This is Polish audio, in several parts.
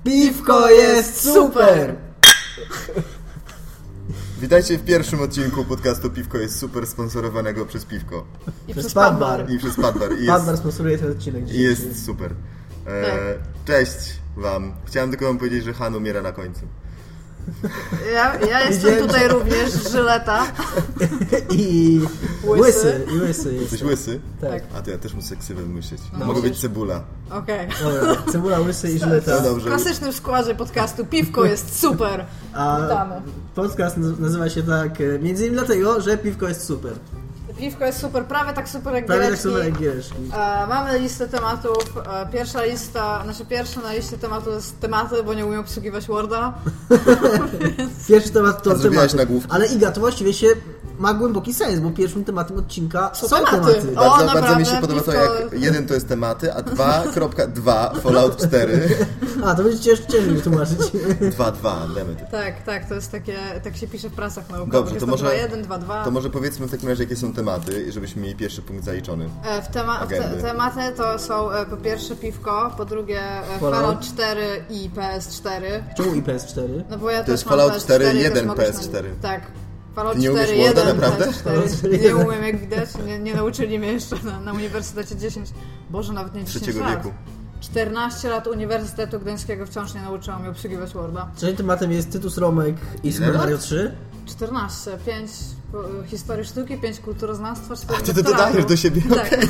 Piwko jest super! Witajcie w pierwszym odcinku podcastu Piwko jest super, sponsorowanego przez Piwko. I przez Padbar. I przez Padbar. Padbar sponsoruje ten odcinek dzisiaj. I jest super. Cześć wam. Chciałem tylko wam powiedzieć, że Han umiera na końcu. Ja jestem tutaj również, Żyleta. I łysy. Jesteś łysy? Tak. A to ja też muszę ksywę wymyślić. No, mogę być cebula. Okej. Dobra, cebula, łysy i Żyleta. No dobrze. W klasycznym składzie podcastu Piwko jest super. Witamy. Podcast nazywa się tak między innymi dlatego, że piwko jest super. Piwko jest super, prawie tak super jak Prawie tak giereczki. super jak giereczki. Mamy listę tematów. Pierwsza na liście tematów jest tematy, bo nie umiem obsługiwać Worda. Pierwszy temat to zrobiłaś tematy. nagłówki. Ale Iga, to właściwie ma głęboki sens, bo pierwszym tematem odcinka są tematy. Bardzo mi się podoba to, jak jeden to jest tematy, a 2.2 Fallout 4. A, to będziecie ciężej tłumaczyć. 2.2, damy to. Tak, to jest takie, tak się pisze w prasach naukowych. Dobrze, to może 2.1, 2.2. To może powiedzmy w takim razie, jakie są tematy, żebyśmy mieli pierwszy punkt zaliczony. Tematy to są po pierwsze Piwko, po drugie Fallout 4 i PS4. Czemu i PS4? No bo ja To też jest mam Fallout PS4 4, i 1 też mogę PS4. Tak. Fallout nie 4, umiesz Worda, 1 naprawdę? PS4. Nie umiem, jak widać. Nie nauczyli mnie jeszcze na Uniwersytecie 10. Boże, nawet nie 10 trzeciego lat. wieku. 14 lat Uniwersytetu Gdańskiego wciąż nie nauczyłam mnie obsługiwać Worda. Trzecim tematem jest Tytus Romek i Super Mario 3. 14, 5 historii sztuki, 5 kulturoznawstwa, 4 A ty to dodajesz do siebie, tak. okej.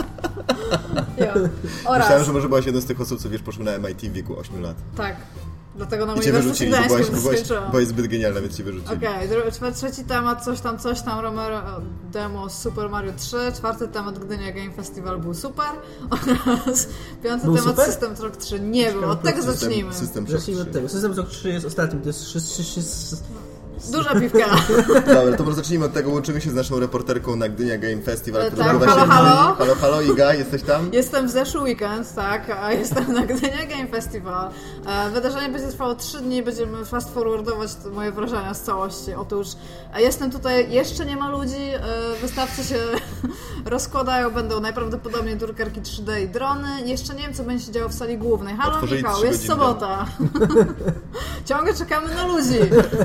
Oraz, Myślałem, że może byłaś jedną z tych osób, co wiesz, poszły na MIT w wieku 8 lat. tak. Dlatego na I cię Uniwersytecie wyrzucili, Gdańskim byłaś zbyt genialna, więc cię wyrzucili. Okej, trzeci temat, coś tam, Romero demo Super Mario 3, czwarty temat Gdynia Game Festival był super oraz piąty Był temat super? System Shock 3 nie był, od tego zacznijmy. Zacznijmy od tego. System Shock 3 jest ostatnim, to jest Duża piwka. Dobra, to może zacznijmy od tego, łączymy się z naszą reporterką na Gdynia Game Festival, który Tak, odbywa się halo. Halo, Iga, jesteś tam? Jestem w zeszły weekend, tak, a jestem na Gdynia Game Festival. Wydarzenie będzie trwało 3 dni, będziemy fast forwardować moje wrażenia z całości. Otóż jestem tutaj, jeszcze nie ma ludzi, wystawcy się rozkładają, będą najprawdopodobniej drukarki 3D i drony. Jeszcze nie wiem, co będzie się działo w sali głównej. Halo Otworzyli Michał, 3 jest godziny sobota. Ciągle czekamy na ludzi.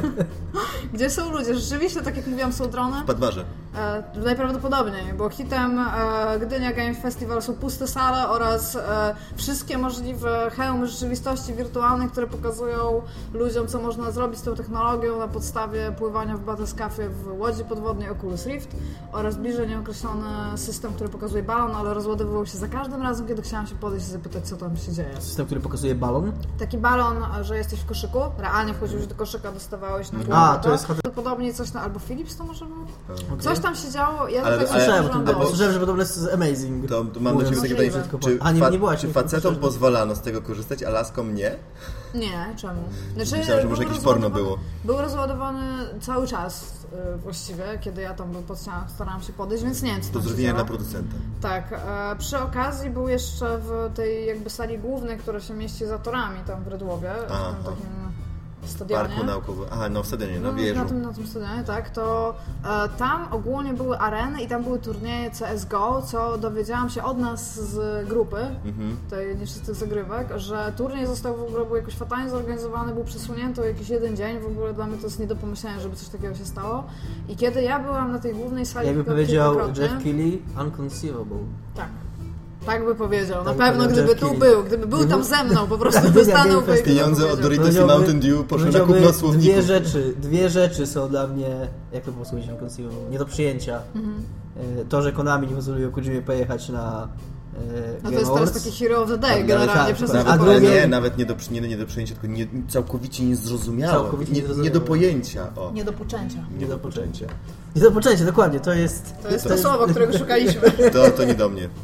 Gdzie są ludzie? Rzeczywiście, tak jak mówiłam, są drony? W Padbarze. Najprawdopodobniej, bo hitem Gdynia Game Festival są puste sale oraz wszystkie możliwe hełmy rzeczywistości wirtualnej, które pokazują ludziom, co można zrobić z tą technologią na podstawie pływania w batyscafie w łodzi podwodnej Oculus Rift oraz bliżej nieokreślony system, który pokazuje balon, ale rozładowywał się za każdym razem, kiedy chciałam się podejść i zapytać, co tam się dzieje. system, który pokazuje balon. Taki balon, że jesteś w koszyku, realnie wchodziłeś do koszyka, dostawałeś na A, to jest podobnie coś na, albo Philips to może był? Okay. Coś tam się działo, ja Ale- tutaj Słyszałem o użyłam tym, było. słyszałem, że podobno jest amazing. To mam do ciebie takie pytanie, Możliwe. czy facetom pozwalano z tego korzystać, a laskom nie? Nie, czemu? Znaczy, Myślałem, że może jakieś porno było. Był rozładowany cały czas właściwie, kiedy ja tam starałam się podejść, więc nie wiem, co tam się Pozdrowienia działo. dla producenta. Tak, przy okazji był jeszcze w tej jakby sali głównej, która się mieści za torami tam w Rydłowie, w tym takim stadionie. Parku naukowym. Aha, no w stadionie, na wieżu. Na tym stadionie, tak, to tam ogólnie były areny i tam były turnieje CSGO, co dowiedziałam się od nas z grupy, tej nieczystych zagrywek, że turniej został w ogóle był jakoś fatalnie zorganizowany, był przesunięty o jakiś jeden dzień, w ogóle dla mnie to jest nie do pomyślenia, żeby coś takiego się stało. I kiedy ja byłam na tej głównej sali, jakby powiedział Jeff Keighley, unconceivable. Tak. Tak by powiedział. Na Tak pewno, gdyby tu był, gdyby był tam ze mną, po prostu wystanąłby i pieniądze od Doritos i Mountain Dew poszły na kupno słowników. Dwie rzeczy są dla mnie, jak to było powiedzieć, unconceivable, nie do przyjęcia. To, że Konami nie pozwoliło Kojimie pojechać na no to jest teraz taki hero of the day tak, generalnie tak, przez tak. to, Ale nie, nawet nie do przyjęcia, tylko całkowicie niezrozumiałe. Nie do pojęcia. O. Nie do poczęcia. Nie do poczęcia. Nie do poczęcia, dokładnie, to jest to słowo, którego szukaliśmy. To nie do mnie.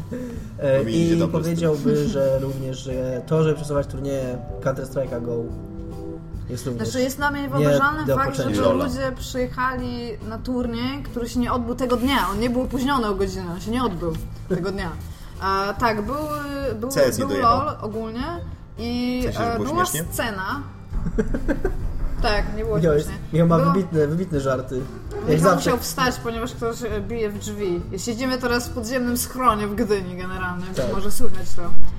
I powiedziałby, że również, że to, żeby przesuwać turnieje Counter-Strike'a Go jest również... Znaczy jest dla mnie niewyobrażalny fakt, że ludzie przyjechali na turniej, który się nie odbył tego dnia. On nie był opóźniony o godzinę, on się nie odbył tego dnia. Tak, był LOL ogólnie i w sensie, była śmiesznie? scena. Tak, nie było śmiesznie. Michał ma wybitne żarty. Michał musiał wstać, ponieważ ktoś bije w drzwi. Siedzimy teraz w podziemnym schronie w Gdyni generalnie, więc może słychać to.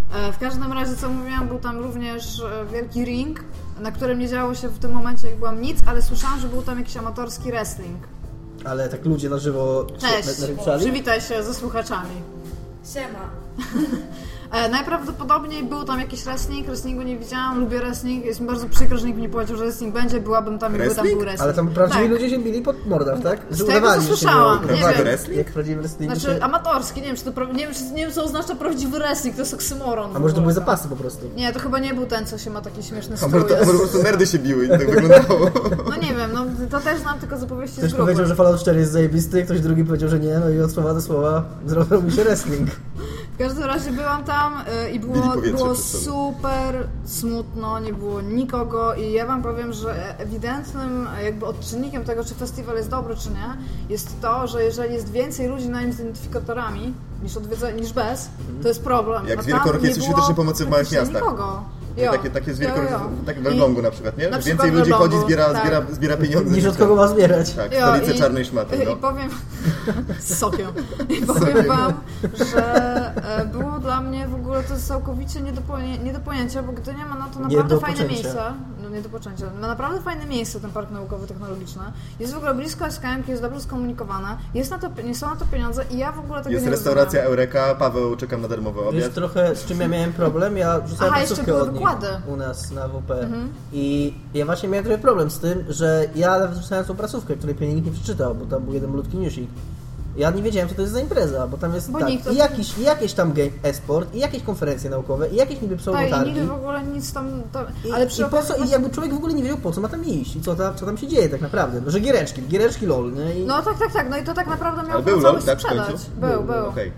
W każdym razie, co mówiłam, był tam również wielki ring, na którym nie działo się w tym momencie, jak byłam nic, ale słyszałam, że był tam jakiś amatorski wrestling. Ale tak ludzie na żywo Cześć, przywitaj się ze słuchaczami. Siema. Najprawdopodobniej był tam jakiś wrestlingu nie widziałam, lubię wrestling, jest mi bardzo przykro, że nikt mi nie powiedział, że wrestling będzie, byłabym tam, jakby tam był wrestling. Ale tam prawdziwi ludzie się bili pod mordach, tak? Z tego co słyszałam, nie wiem. Jak prawdziwy wrestling? Znaczy amatorski, nie wiem co oznacza prawdziwy wrestling, to jest oksymoron. A może to były zapasy po prostu? Nie, to chyba nie był ten, co się ma taki śmieszny strój. A może po prostu nerdy się biły i tak wyglądało. No nie wiem, to też znam tylko z opowieści Ktoś z grupy. powiedział, że Fallout 4 jest zajebisty, ktoś drugi powiedział, że nie, no i od słowa do słowa zrobił mi się wrestling. W każdym razie byłam tam i było super smutno, nie było nikogo i ja wam powiem, że ewidentnym jakby odczynnikiem tego, czy festiwal jest dobry, czy nie, jest to, że jeżeli jest więcej ludzi na nim z identyfikatorami niż bez, to jest problem. Jak z Wielkorchiestrą Świątecznej Pomocy w małych miastach. Nikogo. Takie z tak w Elblągu na przykład, nie? Na Więcej ludzi chodzi, zbiera pieniądze. Niż od kogo ma zbierać. Tak, stolicę czarnej szmaty. No. I powiem z sokiem. I powiem wam, że było dla mnie w ogóle to jest całkowicie nie do pojęcia, bo Gdynia ma na to naprawdę fajne miejsce. No nie do poczęcia. Ma naprawdę fajne miejsce ten park naukowo-technologiczny. Jest w ogóle blisko SKM-ki, jest dobrze skomunikowane. Są na to pieniądze i ja w ogóle tego jest nie restauracja rozumiem. Eureka, Paweł, czekam na darmowy obiad. Wiesz trochę, z czym ja miałem problem? Ja rzucałem placówkę od nich u nas na WP i ja właśnie miałem trochę problem z tym, że ja nawet rzucałem tą prasówkę, której pewnie nikt nie przeczytał, bo tam był jeden malutki newsik. Ja nie wiedziałem, co to jest za impreza, bo tam jest jakieś tam game e-sport, i jakieś konferencje naukowe, i jakieś niby pseudotargi. Tak, i nigdy w ogóle nic tam... Ale I po co? I jakby człowiek w ogóle nie wiedział, po co ma tam iść i co tam się dzieje tak naprawdę. No, że giereczki LOL, nie? I... No tak, no i to tak naprawdę miał był całość LOL, tak, sprzedać. Był. Okay.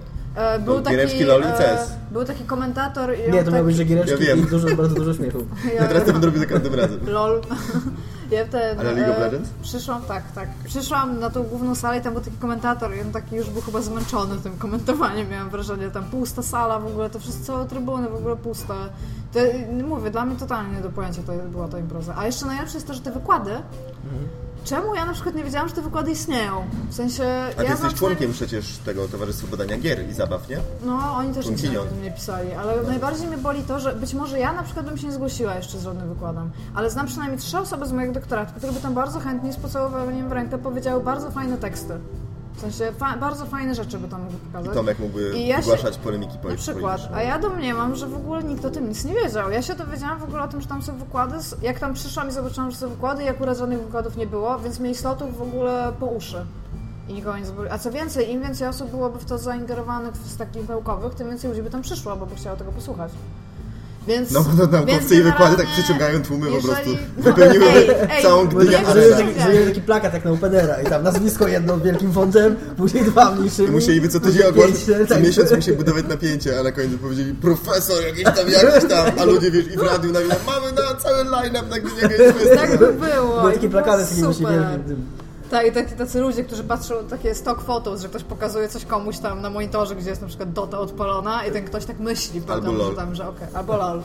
Był taki komentator i nie, to miał być, że giereczki i bardzo dużo śmiechu. Teraz to będę robił za każdym razem. LOL. Ale League of Legends? Przyszłam na tą główną salę i tam był taki komentator i on taki już był chyba zmęczony tym komentowaniem, miałam wrażenie, tam pusta sala w ogóle, to wszystko, całe trybuny w ogóle puste. To, mówię, dla mnie totalnie nie do pojęcia to była ta impreza. A jeszcze najlepsze jest to, że te wykłady, czemu ja na przykład nie wiedziałam, że te wykłady istnieją? W sensie... A ty jesteś członkiem przecież tego Towarzystwa Badania Gier i Zabaw, nie? No, oni też nie pisali, ale najbardziej mnie boli to, że być może ja na przykład bym się nie zgłosiła jeszcze z żadnym wykładem, ale znam przynajmniej 3 osoby z mojego doktoratu, które by tam bardzo chętnie z pocałowaniem w rękę powiedziały bardzo fajne teksty. W sensie bardzo fajne rzeczy by tam mogły pokazać. I Tomek mógłby wygłaszać polemiki polityczne. Na przykład, a ja domniemam, że w ogóle nikt o tym nic nie wiedział. Ja się dowiedziałam w ogóle o tym, że tam są wykłady, jak tam przyszłam i zobaczyłam, że są wykłady i akurat żadnych wykładów nie było, więc mieli slotów w ogóle po uszy. I nikogo nie zobaczyli. A co więcej, im więcej osób byłoby w to zaingerowanych z takich naukowych, tym więcej ludzi by tam przyszło, bo by chciało tego posłuchać. Więc, no bo naukowcy i wykłady tak przyciągają tłumy, po prostu wypełniły całą Gdynię. Zrobili taki plakat jak na Openera i tam nazwisko jedno wielkim fontem, później 2 mniejszymi. Musieliby co tydzień ogłaszać, co miesiąc musieli budować napięcie, a na końcu powiedzieli profesor jakiś tam, a ludzie wiesz, i w radiu nagle mamy na cały line-up na Gdynię. Tak by było. Były takie plakaty z takimi wielkim. Tak, i tacy ludzie, którzy patrzą, takie stock photos, że ktoś pokazuje coś komuś tam na monitorze, gdzie jest na przykład Dota odpalona i ten ktoś tak myśli potem, że tam, że okej, albo LOL.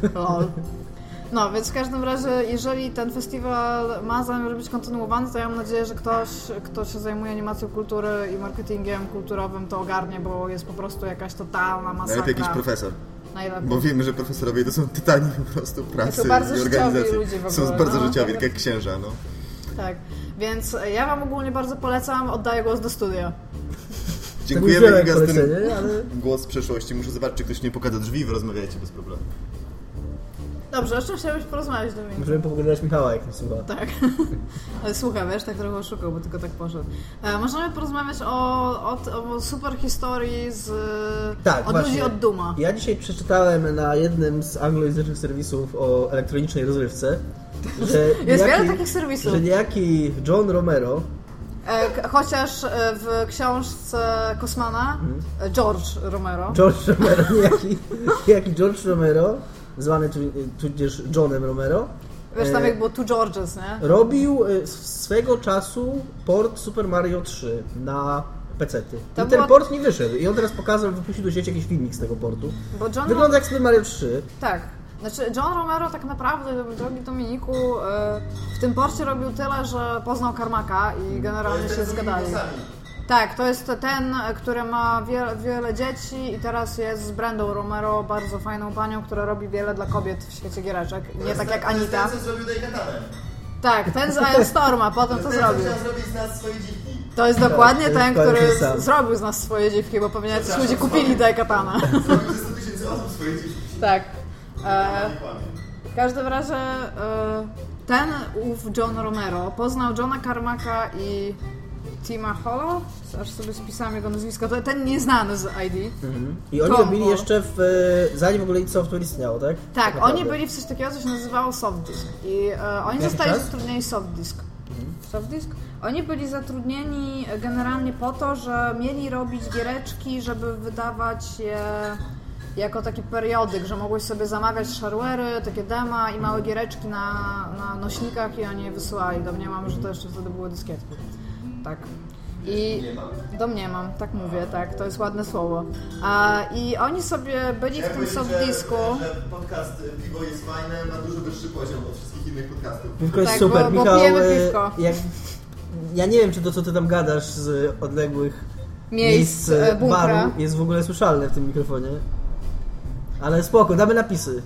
No, więc w każdym razie, jeżeli ten festiwal ma zamiar być kontynuowany, to ja mam nadzieję, że ktoś, kto się zajmuje animacją kultury i marketingiem kulturowym, to ogarnie, bo jest po prostu jakaś totalna masakra. Najlepiej jakiś profesor. Najlepiej. Bo wiemy, że profesorowie to są tytani po prostu pracy i organizacji. Są bardzo życiowi, tak jak księża, no. Tak, więc ja wam ogólnie bardzo polecam, oddaję głos do studia. Dziękujemy, Iga, za ten głos z przeszłości. Muszę zobaczyć, czy ktoś nie pokaże drzwi, wy rozmawiajcie bez problemu. Dobrze, o czym chciałbyś porozmawiać, Dominik? Możemy pogadać Michała, jak nie słucha. Tak, ale słucha, wiesz, tak trochę oszukał, bo tylko tak poszedł. Możemy porozmawiać o super historii od ludzi od Duma. Ja dzisiaj przeczytałem na jednym z anglojęzycznych serwisów o elektronicznej rozrywce, że jest wiele takich serwisów. Że niejaki John Romero, chociaż w książce Kosmana George Romero, niejaki George Romero, zwany tudzież Johnem Romero. Wiesz, tam jak było Two Georges, nie? Robił swego czasu port Super Mario 3 na PC-ty. I ten port nie wyszedł. I on teraz wypuścił do sieci jakiś filmik z tego portu. Wygląda jak Super Mario 3. Tak. Znaczy John Romero tak naprawdę, drogi Dominiku, w tym porcie robił tyle, że poznał Karmaka i generalnie się zgadali. Tak, to jest ten, który ma wiele dzieci i teraz jest z Brandą Romero, bardzo fajną panią, która robi wiele dla kobiet w świecie giereczek. Nie tak jak Anita. Ten, co zrobił Daikatanę. Tak, ten z Iron Storma, potem to zrobił. Zrobić z nas swoje dziwki. To jest dokładnie ten, który zrobił z nas swoje dziwki, bo pewnie jacyś ludzie kupili Daikatanę. Zrobił ze 100 000 osób swoje dziwki. Tak. W każdym razie ten John Romero poznał Johna Carmacka i Tima Halla, aż sobie spisałem jego nazwisko, to ten nieznany z ID. I oni robili jeszcze zanim w ogóle id Software istniało, tak? Tak, oni byli w coś takiego, co się nazywało Softdisk. I oni zostali zatrudnieni Softdisk. Softdisk? Oni byli zatrudnieni generalnie po to, że mieli robić giereczki, żeby wydawać je jako taki periodyk, że mogłeś sobie zamawiać shareware'y, takie dema i małe giereczki na nośnikach i oni je wysyłali. Domniemam, że to jeszcze wtedy były dyskietki. Tak. I domniemam, tak mówię, tak, to jest ładne słowo. I oni sobie byli w tym softdisku. Że podcast Piwo jest fajne, ma dużo wyższy poziom od wszystkich innych podcastów. Piwko jest super, bo Michał. pijemy piwko. Ja nie wiem, czy to, co ty tam gadasz z odległych miejsc baru jest w ogóle słyszalne w tym mikrofonie. Ale spoko, damy napisy.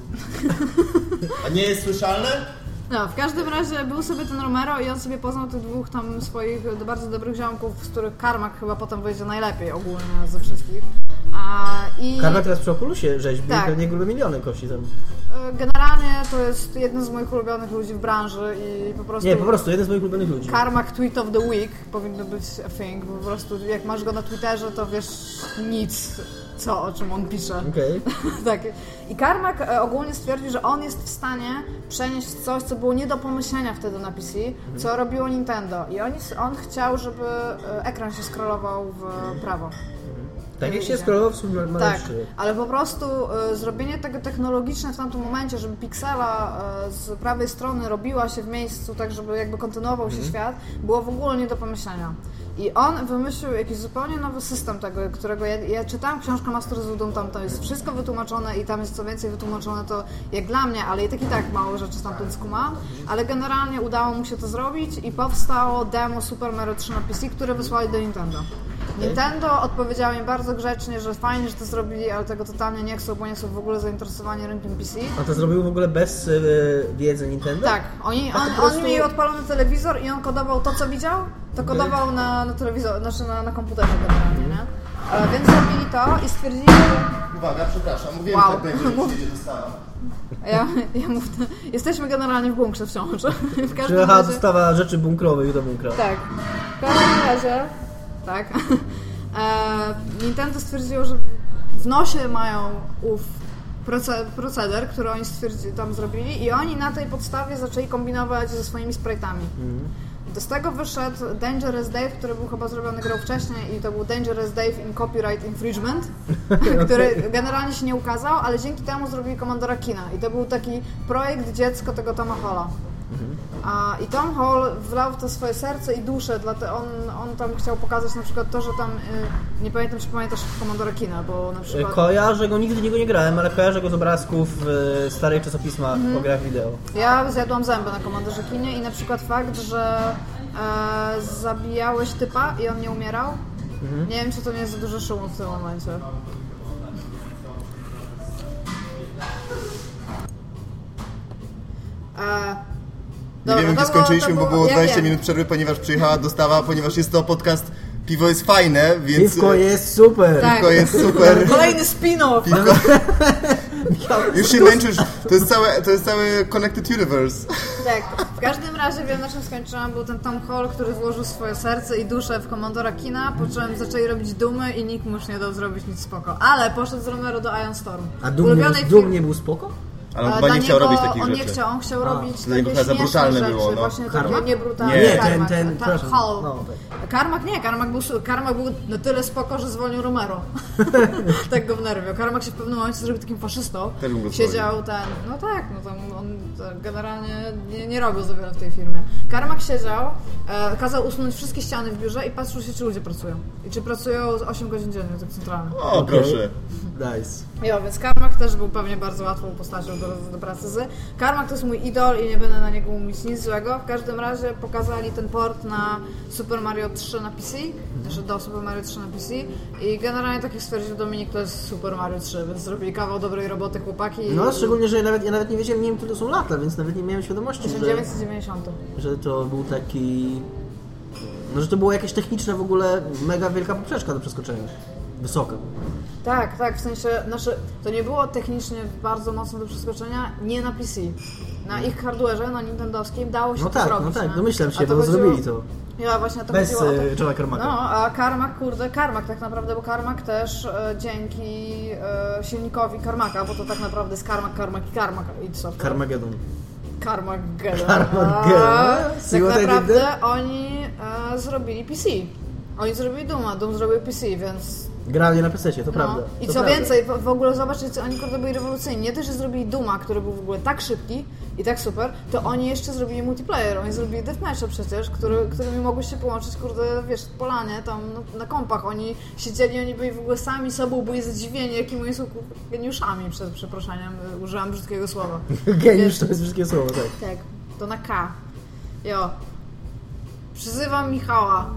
A nie jest słyszalne? No, w każdym razie był sobie ten Romero i on sobie poznał tych dwóch tam swoich bardzo dobrych ziomków, z których Carmack chyba potem wyjdzie najlepiej ogólnie ze wszystkich. Carmack teraz przy Oculusie rzeźbi, tak. Pewnie grube miliony kości tam. Generalnie to jest jeden z moich ulubionych ludzi w branży i po prostu... Nie, po prostu jeden z moich ulubionych ludzi. Carmack Tweet of the Week powinno być a thing, bo po prostu jak masz go na Twitterze, to wiesz nic, o czym on pisze. Okay. Tak. I Carmack ogólnie stwierdził, że on jest w stanie przenieść coś, co było nie do pomyślenia wtedy na PC, co robiło Nintendo. I on chciał, żeby ekran się scrollował w prawo. Tak jak się scrollował w Super Mario 3. Tak, ale po prostu zrobienie tego technologiczne w tamtym momencie, żeby piksela z prawej strony robiła się w miejscu, tak żeby jakby kontynuował się świat, było w ogóle nie do pomyślenia. I on wymyślił jakiś zupełnie nowy system tego, którego ja czytałam książkę Masters of Doom, tam to jest wszystko wytłumaczone i tam jest co więcej wytłumaczone to jak dla mnie, ale i tak mało rzeczy stamtąd skumałam, ale generalnie udało mu się to zrobić i powstało demo Super Mario 3 na PC, które wysłali do Nintendo. Nintendo odpowiedziało im bardzo grzecznie, że fajnie, że to zrobili, ale tego totalnie nie chcą, bo nie są w ogóle zainteresowani rynkiem PC. A to zrobił w ogóle bez wiedzy Nintendo? Tak, oni mieli odpalony telewizor i on kodował to, co widział, to kodował na telewizor, znaczy na komputerze generalnie, nie? Więc zrobili to i stwierdzili, że... Uwaga, przepraszam, mówiłem, że tak będzie, że się dostała. Ja mówię, jesteśmy generalnie w bunkrze wciąż. W każdym Przyjechała razie... dostawa rzeczy bunkrowych do bunkra. Tak, w każdym razie... Tak. Nintendo stwierdziło, że w nosie mają proceder, który oni tam zrobili i oni na tej podstawie zaczęli kombinować ze swoimi sprite'ami. Z tego wyszedł Dangerous Dave, który był chyba zrobiony grą wcześniej i to był Dangerous Dave in Copyright Infringement, który generalnie się nie ukazał, ale dzięki temu zrobili Commodore Kina i to był taki projekt dziecko tego Toma Halla. I Tom Hall wlał w to swoje serce i duszę, dlatego on tam chciał pokazać na przykład to, że tam, nie pamiętam, czy pamiętasz Commodore Kina, bo na przykład... Kojarzę go, nigdy niego nie grałem, ale kojarzę go z obrazków w starych czasopismach po grach wideo. Ja zjadłam zęby na Commodore Kinie i na przykład fakt, że zabijałeś typa i on nie umierał, nie wiem, czy to nie jest za dużo szumu w tym momencie. Nie wiem, gdzie skończyliśmy, bo było 20 minut przerwy, ponieważ przyjechała dostawa, ponieważ jest to podcast Piwo jest fajne, więc... Piwko jest super! Tak. Piwko jest super! Kolejny spin-off! Już się męczysz, to jest cały Connected Universe. Tak, w każdym razie wiem, na czym skończyłam. Był ten Tom Hall, który włożył swoje serce i duszę w Commodore Kina, po czym zaczęli robić Doomy i nikt mu już nie dał zrobić nic spoko. Ale poszedł z Romero do Iron Storm. A Doom nie był spoko? Ale on chyba nie chciał robić takich rzeczy. rzeczy. On chciał robić takie śmieszne za brutalne rzeczy, było, no. właśnie Carmack? takie niebrutalne. Nie, Hall. No, tak. Carmack był na tyle spoko, że zwolnił Romero. Tak go wnerwiał. Carmack się w pewnym momencie zrobił takim faszystą. Siedział ten... No tak, no tam on generalnie nie robił za wiele w tej firmie. Carmack siedział, kazał usunąć wszystkie ściany w biurze i patrzył się, czy ludzie pracują. I czy pracują 8 godzin dziennie, tak centralnie. O, proszę. Nice. Jo, więc Carmack też był pewnie bardzo łatwą postacią do pracy z. Carmack to jest mój idol i nie będę na niego mówić nic złego. W każdym razie pokazali ten port na Super Mario 3 na PC, że do Super Mario 3 na PC i generalnie tak jak stwierdził Dominik, to jest Super Mario 3, więc zrobili kawał dobrej roboty chłopaki. No, szczególnie, że ja nawet nie wiedziałem, nie wiem, które to są lata, więc nawet nie miałem świadomości, 1990. Że to był taki... No, że to było jakieś techniczne w ogóle mega wielka poprzeczka do przeskoczenia. Wysoka. Tak, w sensie, to nie było technicznie bardzo mocno do przeskoczenia, nie na PC. Na ich hardware'ze, na nintendowskim dało się to zrobić. No tak, domyślam się, bo zrobili to. Ja właśnie to bez Johna Carmacka. No, a Carmack tak naprawdę, bo Carmack też dzięki silnikowi Carmacka, bo to tak naprawdę jest Carmack i co? Carmageddon. Tak naprawdę oni zrobili PC. Oni zrobili Doom zrobił PC, więc... Grali na PC, to prawda. I co więcej, w ogóle zobaczcie, oni kurde byli rewolucyjni. Nie też, że zrobili Dooma, który był w ogóle tak szybki i tak super, to oni jeszcze zrobili multiplayer. Oni zrobili deathmatcha przecież, którymi mogły się połączyć, kurde, wiesz, w polanie, tam na kompach. Oni siedzieli, oni byli w ogóle sami sobą, byli zadziwieni, jakimi oni są geniuszami, przed przeproszeniem, użyłam brzydkiego słowa. Geniusz to jest brzydkie słowo, tak. Tak, to na K. Przyzywam Michała.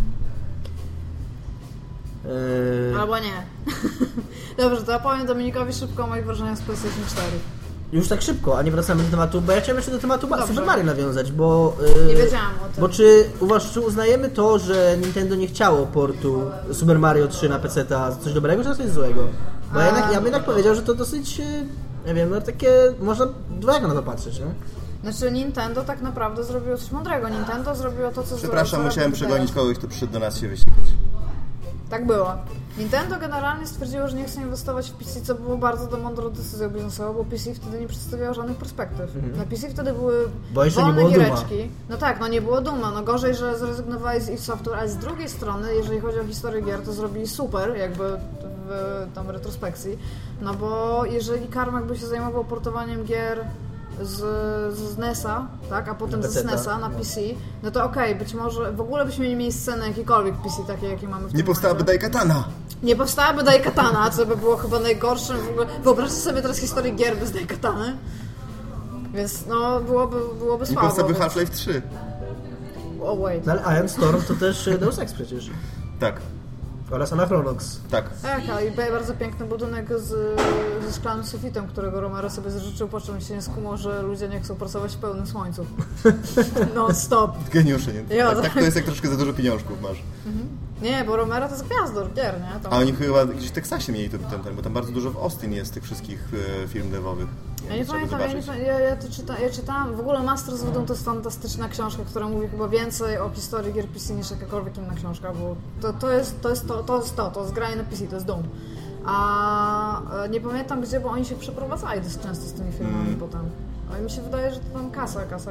Albo nie. Dobrze, to ja powiem Dominikowi szybko o moich wrażeniach z PlayStation 4. Już tak szybko, a nie wracamy do tematu, bo ja chciałem jeszcze do tematu Super Mario nawiązać, bo... nie wiedziałam o tym. Bo czy uznajemy to, że Nintendo nie chciało portu Super Mario 3 na PC-ta za coś dobrego, czy za coś złego? Bo ja bym jednak powiedział, że to dosyć, nie wiem, no takie, można dwojako na to patrzeć, nie? Znaczy Nintendo tak naprawdę zrobiło coś mądrego. Nintendo zrobiło to, co Przepraszam, musiałem przegonić kogoś, kto przyszedł do nas się wysikać. Tak było. Nintendo generalnie stwierdziło, że nie chce inwestować w PC, co było bardzo mądrą decyzją biznesową, bo PC wtedy nie przedstawiało żadnych perspektyw. Na PC wtedy były wolne giereczki. No tak, no nie było Dooma. No gorzej, że zrezygnowali z ich Software, ale z drugiej strony, jeżeli chodzi o historię gier, to zrobili super, jakby w tam retrospekcji. No bo jeżeli Carmack by się zajmował portowaniem gier z NES-a, tak, a potem z SNES-a na PC, no to okej, być może w ogóle byśmy nie mieli sceny jakiejkolwiek PC takiej, jakie mamy w tym Nie powstałaby Daikatana. Nie powstałaby Daikatana, co by było chyba najgorszym w ogóle. Wyobraźcie sobie teraz historię gier bez Daikatany. Więc no, byłoby słabo. Nie powstałaby Half-Life 3. Oh wait. No ale Iron Storm to też Deus Ex przecież. Tak. Oraz Anachronox. Tak. Tak, i bardzo piękny budynek ze szklanym sufitem, którego Romero sobie zażyczył, po czym się nie skumał, że ludzie nie chcą pracować w pełnym słońcu. Non-stop. Geniusze, nie? Tak, to jest jak troszkę za dużo pieniążków masz. Nie, bo Romero to jest gwiazdor gier, nie? A oni chyba gdzieś w Teksasie mieli ten, bo tam bardzo dużo w Austin jest tych wszystkich firm devowych. Ja nie pamiętam, ja czytałam, w ogóle Masters of Doom to jest fantastyczna książka, która mówi chyba więcej o historii gier PC niż jakakolwiek inna książka, bo to jest granie na PC, to jest Doom. A nie pamiętam gdzie, bo oni się przeprowadzali dość często z tymi filmami potem. Ale mi się wydaje, że to tam kasa. Kasa.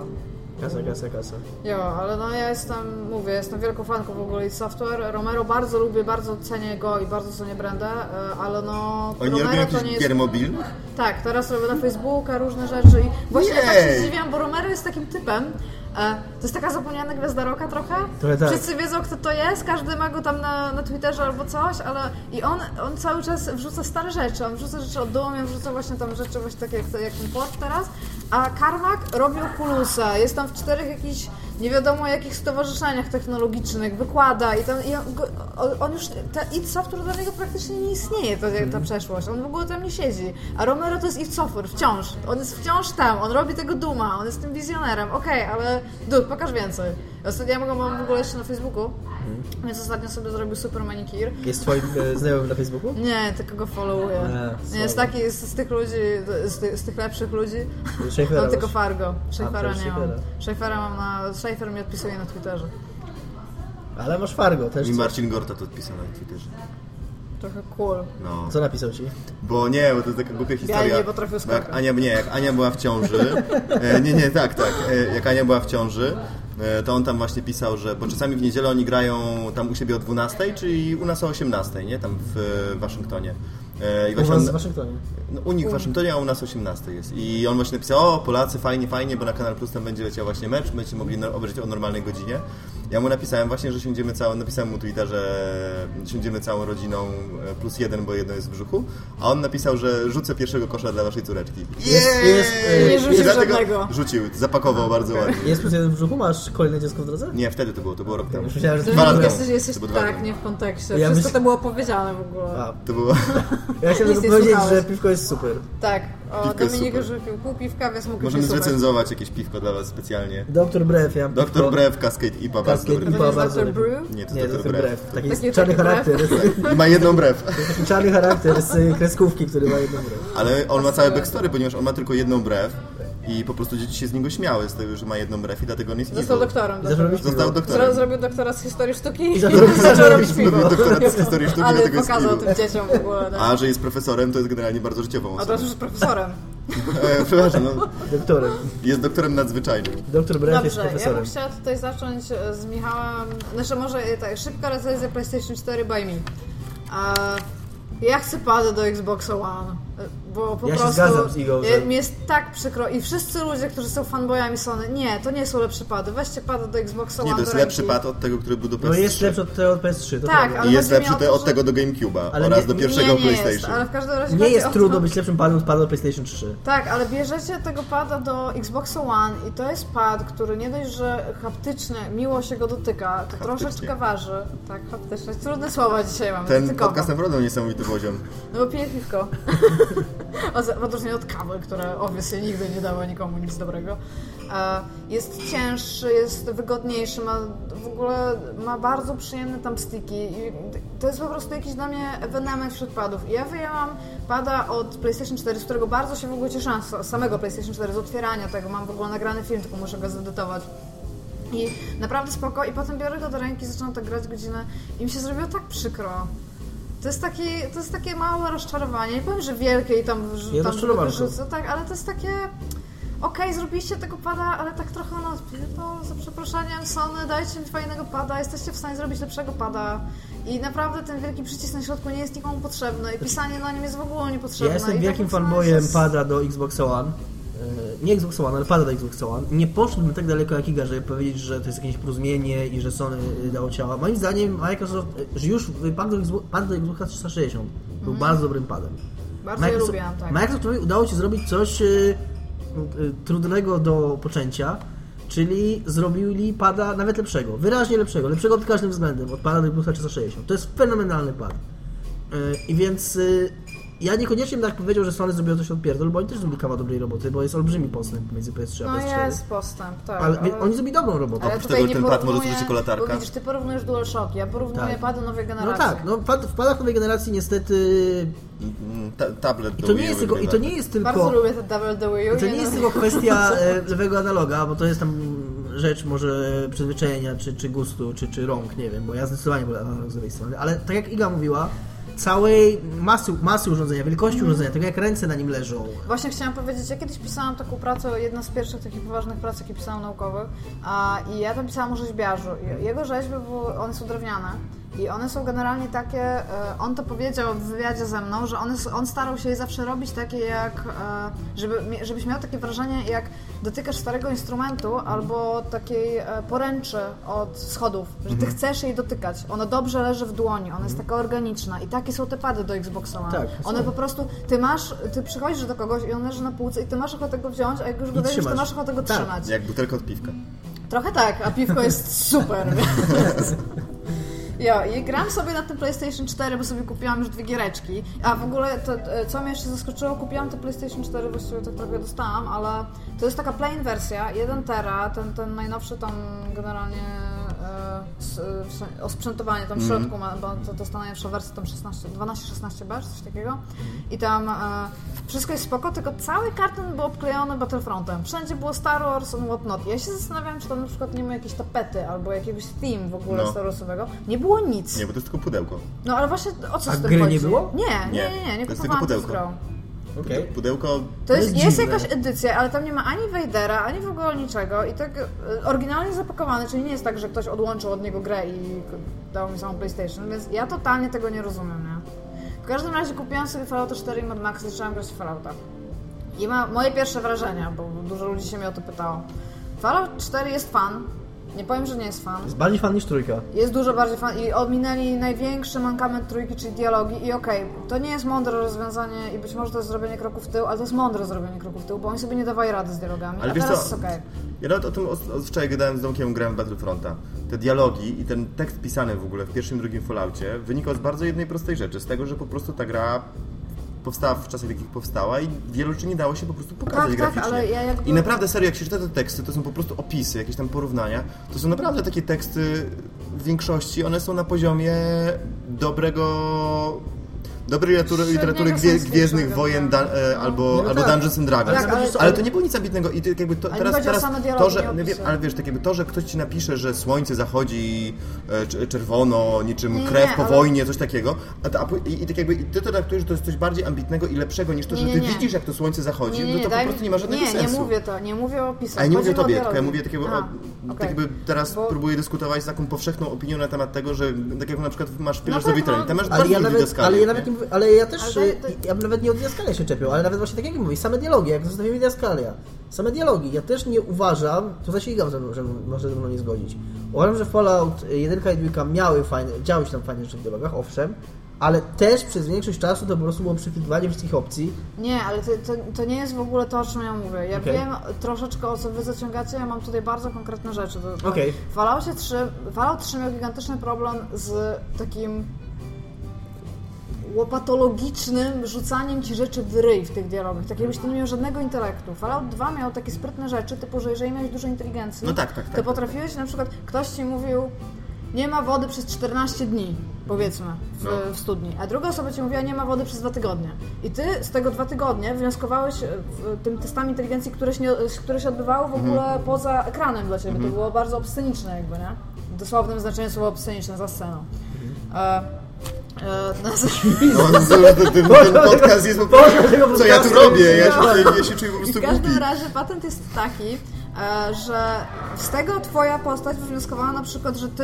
Jo, ale no ja jestem wielką fanką w ogóle i Software. Romero bardzo lubię, bardzo cenię go i bardzo cenię brandę, ale no... Oni robią jakieś gier mobilnych? Tak, teraz robię na Facebooka różne rzeczy i właśnie tak się zdziwiam, bo Romero jest takim typem. To jest taka zapomniana gwiazda rocka trochę. Tak. Wszyscy wiedzą, kto to jest, każdy ma go tam na Twitterze albo coś, ale i on cały czas wrzuca stare rzeczy. On wrzuca rzeczy od domu, on wrzuca właśnie tam rzeczy właśnie takie jak ten port teraz. A Carmack robił Oculusa, jest tam w 4 jakichś nie wiadomo jakich stowarzyszeniach technologicznych, wykłada i on już, id Software dla niego praktycznie nie istnieje, ta przeszłość, on w ogóle tam nie siedzi, a Romero to jest id Software, wciąż, on jest wciąż tam, on robi tego Dooma, on jest tym wizjonerem, ale pokaż więcej. Ostatnio ja mam w ogóle jeszcze na Facebooku, więc ostatnio sobie zrobił super manikir. Jest twoim znajomym na Facebooku? Nie, tylko go followuję. Nie, jest taki z tych ludzi, z tych lepszych ludzi. Mam tylko Fargo. Schaeffera nie mam. Schaeffera mam Schaeffer mi odpisuje na Twitterze. Ale masz Fargo też. I Marcin Gorta to odpisał na Twitterze. Trochę cool. No. Co napisał ci? Bo nie, bo to jest taka głupia historia. Ja nie potrafię skakać. Jak Ania była w ciąży. Tak. Jak Ania była w ciąży, to on tam właśnie pisał, że bo czasami w niedzielę oni grają tam u siebie o 12, czyli u nas o 18, nie? Tam w Waszyngtonie. I u was w Waszyngtonie? No, u nich w Waszyngtonie, a u nas o 18 jest. I on właśnie napisał, Polacy, fajnie, bo na Kanal Plus tam będzie leciał właśnie mecz, będziecie mogli obejrzeć o normalnej godzinie. Ja mu napisałem właśnie, że napisałem mu Twitter, że siądziemy całą rodziną +1, bo jedno jest w brzuchu, a on napisał, że rzucę pierwszego kosza dla waszej córeczki. Nie rzucił żadnego. Rzucił, zapakował bardzo ładnie. Jest +1 w brzuchu? Masz kolejne dziecko w drodze? Nie, wtedy to było rok temu. Myślałem, że 2 lata temu. Jesteś tak, nie w kontekście. Wszystko to było powiedziane w ogóle. To było... Ja chciałem tylko powiedzieć, że piwko jest super. Tak. Dominik już wypił pół piwka, więc mógł Możemy zrecenzować jakieś piwko dla was specjalnie. Dr. Brew, ja. Dr. Brew, Cascade IPA, bardzo dobry. To jest Dr. Brew? Nie, to jest Dr. Brew. Taki czarny charakter. I ma jedną brew. Taki czarny charakter z kreskówki, który ma jedną brew. Ale on ma całe backstory, ponieważ on ma tylko jedną brew. I po prostu dzieci się z niego śmiały z tego, że ma jedną brew i dlatego on jest Został doktorem. Został doktorem. Zrobił doktora z historii sztuki i zaczął robić piwo. Zrobił doktorat z historii sztuki, ale dlatego pokazał tym dzieciom w ogóle. Tak? A że jest profesorem, to jest generalnie bardzo życiową osobą. A teraz już jest profesorem. Przepraszam, doktorem. Jest doktorem nadzwyczajnym. Dr. Brew jest profesorem. Ja bym chciała tutaj zacząć z Michałem. Znaczy może tak, szybka recenzja PlayStation 4 by me. Ja chcę pada do Xbox One, bo po prostu się zgadzam z Igą, że... mi jest tak przykro i wszyscy ludzie, którzy są fanboyami Sony, nie, to nie są lepsze pady, weźcie pada do Xbox One. Nie, to jest lepszy pad od tego, który był do PS3. No jest lepszy od tego od PS3, to tak, prawda. I jest lepszy od tego do GameCube'a oraz do pierwszego PlayStation. Jest, ale w każdym razie nie jest trudno być lepszym padem od pada do PlayStation 3. Tak, ale bierzecie tego pada do Xbox One i to jest pad, który nie dość, że haptycznie, miło się go dotyka, to troszeczkę waży. Tak, haptycznie. Trudne słowa dzisiaj mamy. Ten dotykowo. podcast naprawdę niesamowity poziom. No bo piję piwko. W odróżnieniu od kawy, które obviously nigdy nie dało nikomu nic dobrego. Jest cięższy, jest wygodniejszy, w ogóle ma bardzo przyjemne tam sticki. To jest po prostu jakiś dla mnie ewenement wśród padów. I ja wyjęłam pada od PlayStation 4, z którego bardzo się w ogóle cieszyłam, z samego PlayStation 4, z otwierania tego. Mam w ogóle nagrany film, tylko muszę go zedytować. I naprawdę spoko. I potem biorę go do ręki, zaczynam tak grać godzinę i mi się zrobiło tak przykro. To jest takie małe rozczarowanie. Nie powiem, że wielkie i tam wyrzucę, tak, ale to jest takie... Okej, zrobiliście tego pada, ale tak trochę no za przeproszeniem Sony, dajcie mi fajnego pada, jesteście w stanie zrobić lepszego pada. I naprawdę ten wielki przycisk na środku nie jest nikomu potrzebny i pisanie na nim jest w ogóle niepotrzebne. Ja jestem wielkim fanboyem pada do Xbox One. Nie Xbox One, ale pada do Xbox One. Nie poszedłbym tak daleko jak Iga, żeby powiedzieć, że to jest jakieś porozumienie i że Sony dało ciała. Moim zdaniem Microsoft, że już pad do Xboxa 360 był bardzo dobrym padem. Bardzo je lubiłam, tak. Microsoftowi udało się zrobić coś trudnego do poczęcia, czyli zrobili pada nawet lepszego, wyraźnie lepszego pod każdym względem od pada do Xboxa 360. To jest fenomenalny pad. I więc ja niekoniecznie bym tak powiedział, że Sony zrobiło coś odpierdol, bo oni też zrobili kawał dobrej roboty, bo jest olbrzymi postęp między PS3 a PS4. No jest postęp, tak. Ale oni zrobili dobrą robotę. Ale oprócz tego ten pad może służyć jako latarka. Bo widzisz, ty porównujesz DualShock, ja porównuję pady nowej generacji. No tak, w padach nowej generacji niestety... Tablet do I to nie jest tylko... Bardzo lubię ten tablet do Wii U. I to nie jest tylko kwestia lewego analoga, bo to jest tam rzecz może przyzwyczajenia, czy gustu, czy rąk, nie wiem, bo ja zdecydowanie wolę analog z lewej strony, ale tak jak Iga mówiła, całej masy urządzenia, wielkości urządzenia, tego jak ręce na nim leżą. Właśnie chciałam powiedzieć, ja kiedyś pisałam taką pracę, jedna z pierwszych takich poważnych prac, jakie pisałam naukowych, i ja tam pisałam o rzeźbiarzu. Jego rzeźby one są drewniane i one są generalnie takie, on to powiedział w wywiadzie ze mną, że on starał się je zawsze robić takie jak, żebyś miał takie wrażenie, jak dotykasz starego instrumentu albo takiej poręczy od schodów, że ty chcesz jej dotykać. Ona dobrze leży w dłoni, ona jest taka organiczna i takie są te pady do Xboxa One. Tak, one po prostu, ty przychodzisz do kogoś i on leży na półce i ty masz ochotę go wziąć, a jak już go weźmiesz, to masz ochotę go trzymać. Jak butelka od piwka. Trochę tak, a piwko jest super. I gram sobie na tym PlayStation 4, bo sobie kupiłam już 2 giereczki. A w ogóle, to, co mnie jeszcze zaskoczyło, kupiłam to PlayStation 4, właściwie tak trochę dostałam, ale to jest taka plain wersja, 1 tera, ten najnowszy tam generalnie osprzętowanie tam w środku ma, bo to jest ta najnowsza wersja, tam 12-16B, czy coś takiego. I tam wszystko jest spoko, tylko cały karton był obklejony Battlefrontem. Wszędzie było Star Wars and whatnot. Ja się zastanawiam, czy tam na przykład nie ma jakiejś tapety albo jakiegoś theme w ogóle Star Warsowego. Nie było nic. Nie, bo to jest tylko pudełko. No ale właśnie o co z tym gry chodzi? nie było? Nie kupowałam to z grą. Okay. Pudełko... To jest jakaś edycja, ale tam nie ma ani Vadera, ani w ogóle niczego i tak oryginalnie zapakowany, czyli nie jest tak, że ktoś odłączył od niego grę i dał mi samą PlayStation, więc ja totalnie tego nie rozumiem, nie? W każdym razie kupiłam sobie Fallouta 4 i Mad Max i zaczęłam grać w Fallouta. I moje pierwsze wrażenia, bo dużo ludzi się mnie o to pytało. Fallout 4 jest fan, Nie powiem, że nie jest fan. Jest bardziej fan niż trójka. Jest dużo bardziej fan i ominęli największy mankament trójki, czyli dialogi. I okej, to nie jest mądre rozwiązanie i być może to jest zrobienie kroku w tył, ale to jest mądre zrobienie kroku w tył, bo oni sobie nie dawali rady z dialogami, ale a teraz jest okej. Ja nawet o tym wczoraj gadałem z Domkiem, grałem w Battlefronta. Te dialogi i ten tekst pisany w ogóle w pierwszym i drugim Falloutie wynikał z bardzo jednej prostej rzeczy, z tego, że po prostu ta gra powstała w czasach, w jakich powstała i wielu rzeczy nie dało się po prostu pokazać graficznie. Ale ja jakby... I naprawdę, serio, jak się czyta te teksty, to są po prostu opisy, jakieś tam porównania. To są naprawdę takie teksty, w większości one są na poziomie dobrej literatury Gwiezdnych Wojen albo Dungeons and Dragons. Tak, ale to nie było nic ambitnego i jakby to, teraz to, że ale wiesz, tak jakby to, że ktoś ci napisze, że słońce zachodzi czerwono, niczym krew po wojnie, coś takiego, i tak jakby ty to traktujesz, że to jest coś bardziej ambitnego i lepszego niż to, że ty widzisz, jak to słońce zachodzi, no to po prostu nie ma żadnego sensu. Nie mówię o opisach. Ale nie mówię o tobie, tylko ja mówię takiego, tak jakby teraz próbuję dyskutować z taką powszechną opinią na temat tego, że tak jak na przykład masz filozofię trening, tam masz ale ja nawet nie od Didaskalia się czepiał, ale nawet właśnie tak jak mówię, same dialogi, jak zostawimy Didaskalia, same dialogi, ja też nie uważam, to zasigam, że może ze mną nie zgodzić. Uważam, że Fallout 1 i 2 działy się tam fajne rzeczy w dialogach, owszem, ale też przez większość czasu to po prostu było przechwytywanie wszystkich opcji. Nie, ale to nie jest w ogóle to, o czym ja mówię. Ja wiem troszeczkę, o co wy zaciągacie, ja mam tutaj bardzo konkretne rzeczy. Fallout 3 miał gigantyczny problem z takim łopatologicznym rzucaniem ci rzeczy w ryj w tych dialogach, tak jakbyś ty nie miał żadnego intelektu. Fallout 2 miał takie sprytne rzeczy, typu, że jeżeli miałeś dużo inteligencji, to potrafiłeś, na przykład ktoś ci mówił, nie ma wody przez 14 dni, powiedzmy, w studni, a druga osoba ci mówiła, nie ma wody przez 2 tygodnie. I ty z tego 2 tygodnie wnioskowałeś tym testami inteligencji, które się odbywały w ogóle poza ekranem dla ciebie. To było bardzo obsceniczne jakby, nie? W dosłownym znaczeniu słowa obsceniczne, za sceną. Ten podcast jest po prostu... Co ja tu robię? Ja się czuję po prostu w każdym razie patent jest taki, że z tego twoja postać wywnioskowała na przykład, że ty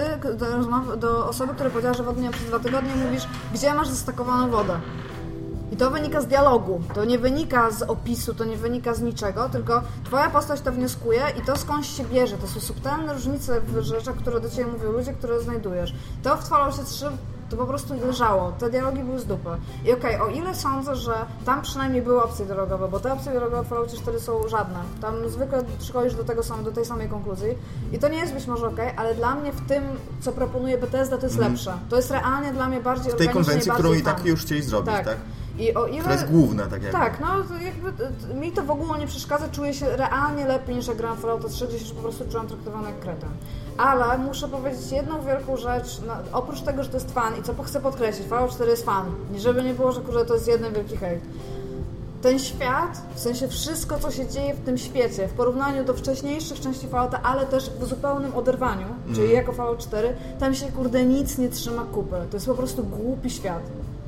do osoby, która powiedziała, że wody nie ma przez 2 tygodnie, mówisz, gdzie masz zastakowaną wodę. I to wynika z dialogu, to nie wynika z opisu, to nie wynika z niczego, tylko twoja postać to wnioskuje i to skądś się bierze. To są subtelne różnice w rzeczach, które do ciebie mówią ludzie, które znajdujesz. To w Falloutie 3 to po prostu leżało. Te dialogi były z dupy. I o ile sądzę, że tam przynajmniej były opcje dialogowe, bo te opcje dialogowe w Falloutie 4 są żadne. Tam zwykle przychodzisz do tej samej konkluzji. I to nie jest być może ale dla mnie w tym, co proponuje Bethesda, to jest lepsze. To jest realnie dla mnie bardziej organiczne. W tej konwencji, którą i tak już chcieli zrobić, tak? I o ile... To jest główne, tak jakby. Tak, no jakby mi to w ogóle nie przeszkadza, czuję się realnie lepiej niż jak grałem w Fallouta 3, gdzie się po prostu czułam traktowana jak kretyn. Ale muszę powiedzieć jedną wielką rzecz, oprócz tego, że to jest fan i co chcę podkreślić, Fallout 4 jest fan, żeby nie było, że to jest jeden wielki hejt. Ten świat, w sensie wszystko, co się dzieje w tym świecie, w porównaniu do wcześniejszych części Fallouta, ale też w zupełnym oderwaniu, czyli jako Fallout 4, tam się nic nie trzyma kupy. To jest po prostu głupi świat.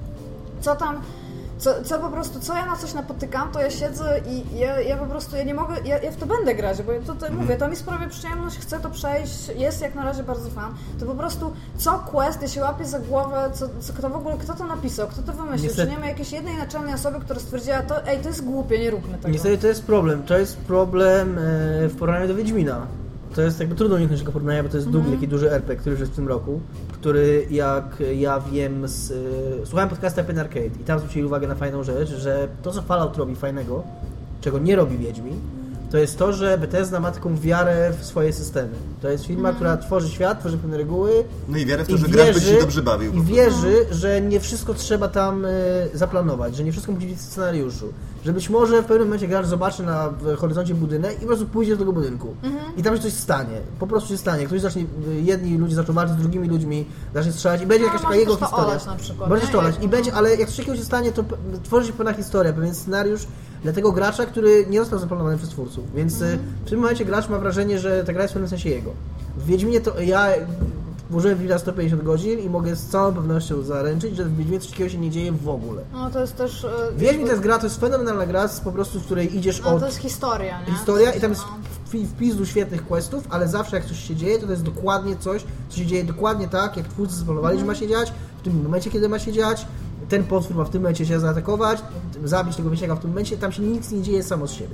Co tam... Co po prostu, co ja na coś napotykam, to ja siedzę i ja po prostu, ja nie mogę, ja w to będę grać, bo mówię, to mi sprawia przyjemność, chcę to przejść, jest jak na razie bardzo fan, to po prostu co quest, ja się łapię za głowę, kto to napisał, kto to wymyślił, czy nie ma jakiejś jednej naczelnej osoby, która stwierdziła, to jest głupie, nie róbmy tego. Niestety to jest problem w porównaniu do Wiedźmina. To jest jakby trudno uniknąć tego porównania, bo to jest taki duży RPG, który już jest w tym roku, który jak ja wiem słuchałem podcasta Pen Arcade i tam zwrócili uwagę na fajną rzecz, że to co Fallout robi fajnego, czego nie robi Wiedźmin, to jest to, że Bethesda ma taką wiarę w swoje systemy. To jest firma, która tworzy świat, tworzy pewne reguły. No i wiarę w to, że gracz będzie się dobrze bawił. I wierzy, że nie wszystko trzeba tam zaplanować, że nie wszystko musi być w scenariuszu. Że być może w pewnym momencie gracz zobaczy na horyzoncie budynek i po prostu pójdzie do tego budynku. I tam się coś stanie. Po prostu się stanie. Jedni ludzie zaczną walczyć z drugimi ludźmi, zacznie strzelać i będzie jakaś taka jego historia. Możesz to olać. Ale jak coś takiego się stanie, to tworzy się pewna historia, pewien scenariusz dla tego gracza, który nie został zaplanowany przez twórców. Więc w tym momencie gracz ma wrażenie, że ta gra jest w pewnym sensie jego. W Wiedźminie to ja włożyłem w 150 godzin i mogę z całą pewnością zaręczyć, że w Wiedźminie coś takiego się nie dzieje w ogóle. No to jest też... Wiedźmin to jest gra, to jest fenomenalna gra, po prostu w której idziesz od... to jest historia, nie? Historia i tam jest wpis do świetnych questów, ale zawsze jak coś się dzieje, to jest dokładnie coś, co się dzieje dokładnie tak, jak twórcy zaplanowali, że ma się dziać, w tym momencie, kiedy ma się dziać, ten potwór ma w tym momencie się zaatakować, zabić tego wieśniaka w tym momencie, tam się nic nie dzieje samo z siebie.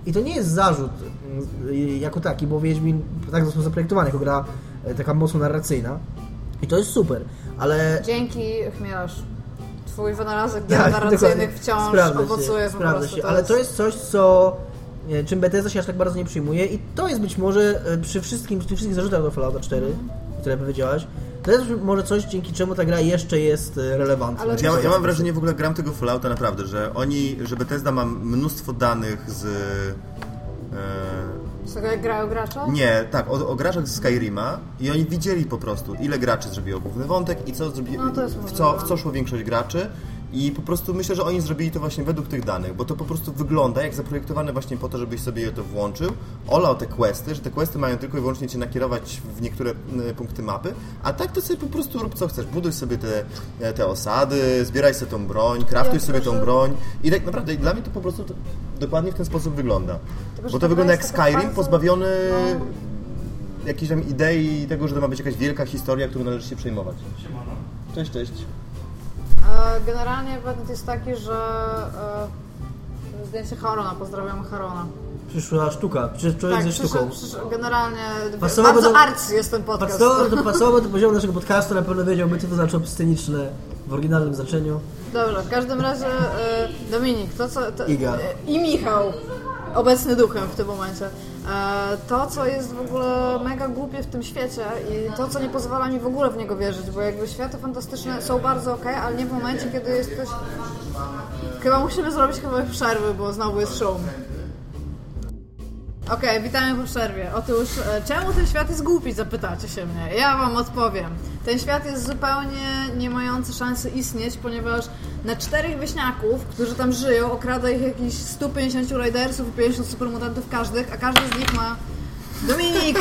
I to nie jest zarzut jako taki, bo Wiedźmin tak został zaprojektowany jako gra taka mocno narracyjna. I to jest super, ale... Dzięki, Chmielarz. Twój wynalazek gier narracyjnych wciąż owocuje po prostu. Ale to jest coś, czym Bethesda się aż tak bardzo nie przyjmuje i to jest być może przy tych wszystkich zarzutach do Fallouta 4, które powiedziałaś, to jest może coś, dzięki czemu ta gra jeszcze jest relevantna. Ja mam wrażenie, w ogóle gram tego Fallouta naprawdę, że Bethesda ma mnóstwo danych z... Z tego, jak grają gracze? Nie, tak, o graczach z Skyrima i oni widzieli po prostu, ile graczy zrobiło główny wątek i w co szło większość graczy. I po prostu myślę, że oni zrobili to właśnie według tych danych, bo to po prostu wygląda jak zaprojektowane właśnie po to, żebyś sobie to włączył, olał te questy, że te questy mają tylko i wyłącznie cię nakierować w niektóre punkty mapy, a tak to sobie po prostu rób co chcesz, buduj sobie te osady, zbieraj sobie tą broń, craftuj sobie tą broń i tak naprawdę dla mnie to po prostu dokładnie w ten sposób wygląda. Bo to wygląda jak Skyrim pozbawiony jakiejś tam idei tego, że to ma być jakaś wielka historia, którą należy się przejmować. Cześć. Generalnie patent jest taki, że zdjęcie Harona, pozdrawiam Harona. Przyszła sztuka, człowiek ze sztuką. Generalnie bardzo arcy jest ten podcast. Pasowo do poziomu naszego podcastu, na pewno wiedziałby, co to znaczy obsceniczne w oryginalnym znaczeniu. Dobrze, w każdym razie Dominik, Iga. I Michał, obecny duchem w tym momencie. To, co jest w ogóle mega głupie w tym świecie i to, co nie pozwala mi w ogóle w niego wierzyć, bo jakby światy fantastyczne są bardzo okej, ale nie w momencie, kiedy jesteś... Chyba musimy zrobić kawałek przerwy, bo znowu jest szum. Okej, witamy po przerwie. Otóż, czemu ten świat jest głupi, zapytacie się mnie. Ja wam odpowiem. Ten świat jest zupełnie nie mający szansy istnieć, ponieważ na 4 wieśniaków, którzy tam żyją, okrada ich jakichś 150 raidersów i 50 supermutantów każdych, a każdy z nich ma... Dominik!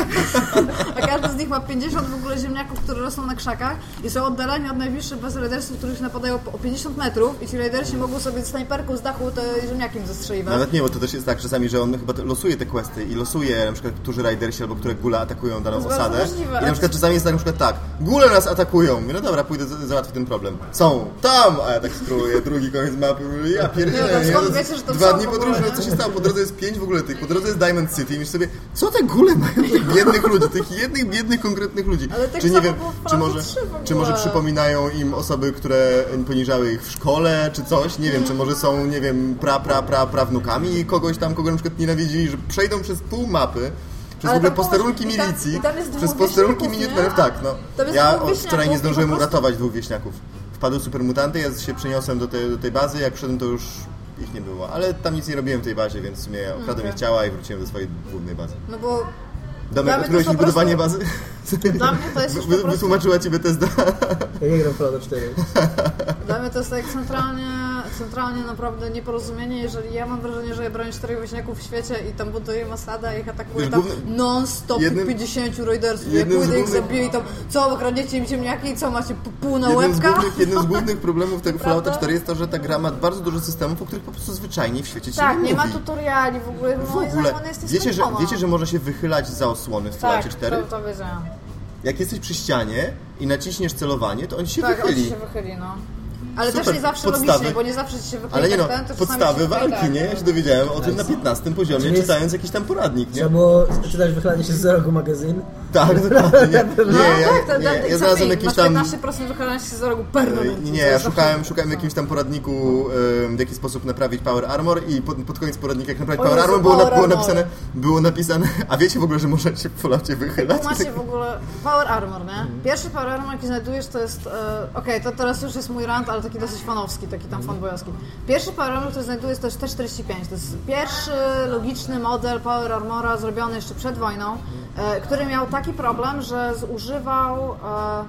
A każdy z nich ma 50 w ogóle ziemniaków, które rosną na krzakach i są oddaleni od najbliższych bez raidersów, których napadają o 50 metrów i ci raidersi mogą sobie z snajperką z dachu te ziemniaki im zastrzeliwać. Nawet nie, bo to też jest tak czasami, że on chyba losuje te questy i losuje na przykład, którzy raidersi albo które gule atakują daną osadę. I na przykład czasami jest tak, na przykład tak, gule nas atakują. No dobra, pójdę załatwię ten problem. Są tam! A ja tak skróję, drugi koniec mapy. Ja pierdzielę. Wiecie, że to 2 dni podróży, no co się stało? Po drodze jest 5 w ogóle tych, po drodze jest Diamond City i myślę sobie, co te gule mają tych biednych ludzi, tych jednych, biednych, konkretnych ludzi. Ale tak czy nie wiem, czy może przypominają im osoby, które poniżały ich w szkole, czy coś, nie wiem, czy może są, nie wiem, prawnukami kogoś tam, kogo na przykład nienawidzili, że przejdą przez pół mapy, przez w ogóle posterunki milicji, przez posterunki militariów, tak, no. Ja wczoraj nie zdążyłem uratować 2 wieśniaków. Wpadły supermutanty, ja się przeniosłem do tej bazy, jak przyszedłem, to już ich nie było, ale tam nic nie robiłem w tej bazie, więc w sumie okradłem ich ciała i wróciłem do swojej głównej bazy. No bo... Domek, odkryłeś mi budowanie bazy? Dla mnie to jest Wytłumaczyła ci Bethesda. Ja nie gram Fallouta 4. Dla mnie to jest tak centralnie naprawdę nieporozumienie, jeżeli ja mam wrażenie, że ja bronię 4 wieśniaków w świecie i tam buduję osadę, a ich atakuję tam non-stop 50 raidersów. Ja pójdę ich zabiję i tam, co, okradniecie im ziemniaki i co, macie pół na łebka? Jednym z głównych problemów tego Fallouta 4 jest to, że ta gra ma bardzo dużo systemów, o których po prostu zwyczajnie w świecie się nie mówi. Tak, nie ma tutoriali w ogóle. Wiecie, że może się wychylać za osłony w Falloutie 4? To wiedziałam. Jak jesteś przy ścianie i naciśniesz celowanie, to on się wychyli. Tak, on się wychyli, no. Ale super, też nie zawsze logicznie, bo nie zawsze ci się wychyli. Ale nie no, to podstawy walki, nie? Ja się dowiedziałem o tym na 15 poziomie, czytając jakiś tam poradnik, nie? Trzeba było czytać wychylanie się z za rogu magazyn. Tak, dokładnie. Ja znalazłem jakiś tam... 15% wychylania się z za rogu permanentnie. Nie, ja szukałem w jakimś tam poradniku, w jaki sposób naprawić Power Armor i pod koniec poradnika, jak naprawić Power Armor, było napisane, a wiecie w ogóle, że można się w Falloutie wychylać? Macie w ogóle Power Armor, nie? Pierwszy Power Armor, jaki znajdujesz, to jest... Okej, to teraz już jest mój rant, ale taki dosyć fanowski, taki tam fanboyowski. Pierwszy Power Armor, który znajdujesz, to jest T-45. To jest pierwszy logiczny model Power Armora zrobiony jeszcze przed wojną, który miał taki problem, że zużywał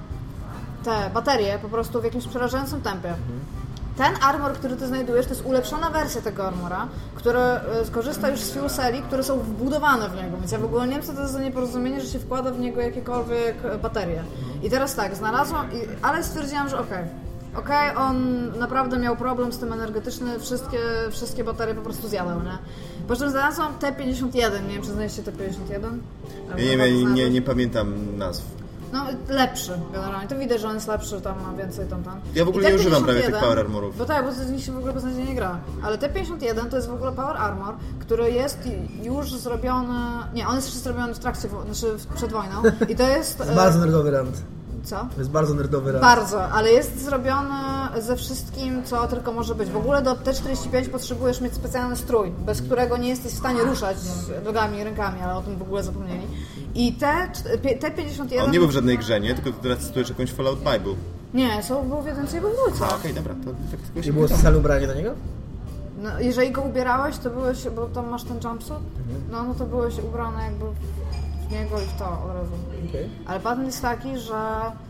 te baterie po prostu w jakimś przerażającym tempie. Ten armor, który ty znajdujesz, to jest ulepszona wersja tego armora, która skorzysta już z fuel celli, które są wbudowane w niego, więc ja w ogóle nie wiem, co to jest za nieporozumienie, że się wkłada w niego jakiekolwiek baterie. I teraz tak, znalazłam, ale stwierdziłam, że okej, on naprawdę miał problem z tym energetyczny, wszystkie baterie po prostu zjadał, nie? Po czym znalazłam T-51, nie wiem, czy znaleźliście T-51? Nie pamiętam nazw. No, lepszy generalnie. To widać, że on jest lepszy, tam ma więcej tam. Ja w ogóle nie używam prawie tych Power Armorów. Bo tak, bo z nich się w ogóle beznadziejnie nie gra. Ale T-51 to jest w ogóle Power Armor, który jest już zrobiony... Nie, on jest jeszcze zrobiony w trakcie, przed wojną. I to jest... Bardzo nerdowy rant. Co? To jest bardzo nerdowy rant. Bardzo, ale jest zrobiony ze wszystkim, co tylko może być. W ogóle do T-45 potrzebujesz mieć specjalny strój, bez którego nie jesteś w stanie ruszać nogami i rękami, ale o tym w ogóle zapomnieli. I T-51... On nie był w żadnej grze, nie? Tylko teraz cytujesz jakąś Fallout Bible. Nie, był w jedynce i był w dwójce. Okej, dobra. To I było specjalne ubranie do niego? No, jeżeli go ubierałeś, to byłeś, bo tam masz ten jumpsuit, no to byłeś ubrany jakby w niego i w to od razu. Okay. Ale patent jest taki, że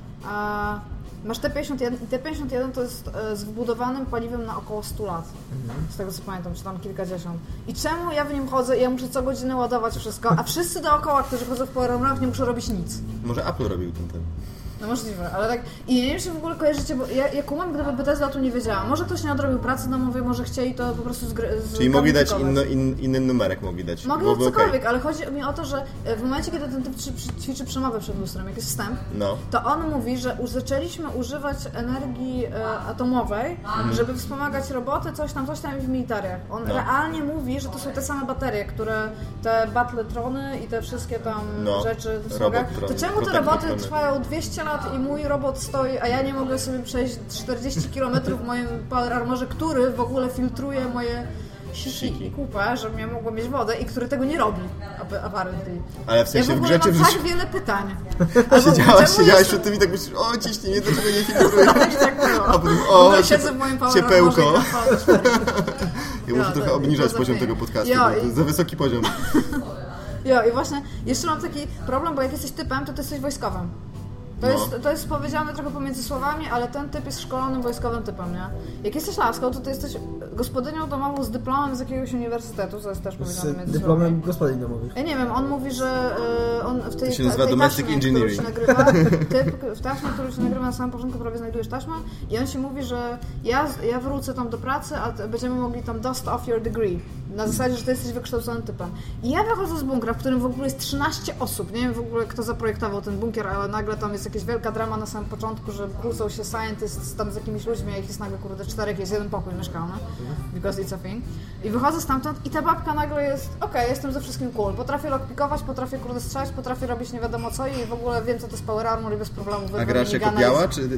masz T-51 i T-51 to jest z wbudowanym paliwem na około 100 lat. Z tego co pamiętam, czy tam kilkadziesiąt. I czemu ja w nim chodzę i ja muszę co godzinę ładować wszystko, a wszyscy dookoła, którzy chodzą w Power Armorach, nie muszą robić nic. Może Apple robił ten. No możliwe, ale tak... I nie wiem, czy w ogóle kojarzycie, bo ja kumam, gdyby Bethesda o tym nie wiedziała. Może ktoś nie odrobił pracy domowej, może chcieli to po prostu Czyli mogli dać inny numerek, mogli dać. Mogli dać cokolwiek, ale chodzi mi o to, że w momencie, kiedy ten typ ćwiczy przemowę przed lustrem, jak jest wstęp, to on mówi, że zaczęliśmy używać energii atomowej, żeby wspomagać roboty, coś tam i w militariach. On realnie mówi, że to są te same baterie, które te Battletrony i te wszystkie tam rzeczy wspomagają. To czemu te roboty trwają 200 lat i mój robot stoi, a ja nie mogę sobie przejść 40 km w moim Power Armorze, który w ogóle filtruje moje siki i kupę, żebym ja mogła mieć wodę i który tego nie robi, apparently. Ale w sensie ja w ogóle mam tak wiele pytań. Siedziałaś przed tym i tak myślisz, o ciśnie, nie, dlaczego nie filtruje. Tak było. A potem, o, siedzę w moim Power ciepełko. Armorze. Ja muszę trochę obniżać poziom tego podcastu, bo to jest za wysoki poziom. I właśnie, jeszcze mam taki problem, bo jak jesteś typem, to ty jesteś wojskowym. To jest powiedziane trochę pomiędzy słowami, ale ten typ jest szkolonym wojskowym typem, nie? Jak jesteś laską, to ty jesteś gospodynią domową z dyplomem z jakiegoś uniwersytetu, co jest też powiedziane między słowami. Dyplomem gospodyń domowych. Ja nie wiem, on mówi, że on w tej to się nazywa domestic engineering. W taśmie, który się nagrywa na samym początku, prawie znajdujesz taśmę i on ci mówi, że ja wrócę tam do pracy, a będziemy mogli tam dust off your degree. Na zasadzie, że ty jesteś wykształconym typem. I ja wychodzę z bunkra, w którym w ogóle jest 13 osób. Nie wiem w ogóle, kto zaprojektował ten bunkier, ale nagle tam jest jakaś wielka drama na samym początku, że kłócą się scientists tam z jakimiś ludźmi, a ich jest nagle, 4, jest jeden pokój mieszkalny. Because it's a thing. I wychodzę stamtąd i ta babka nagle jest, jestem ze wszystkim cool. Potrafię lockpickować, potrafię strzelać, potrafię robić nie wiadomo co i w ogóle wiem, co to jest Power Armor i bez problemu. A grasz jako biała, czy...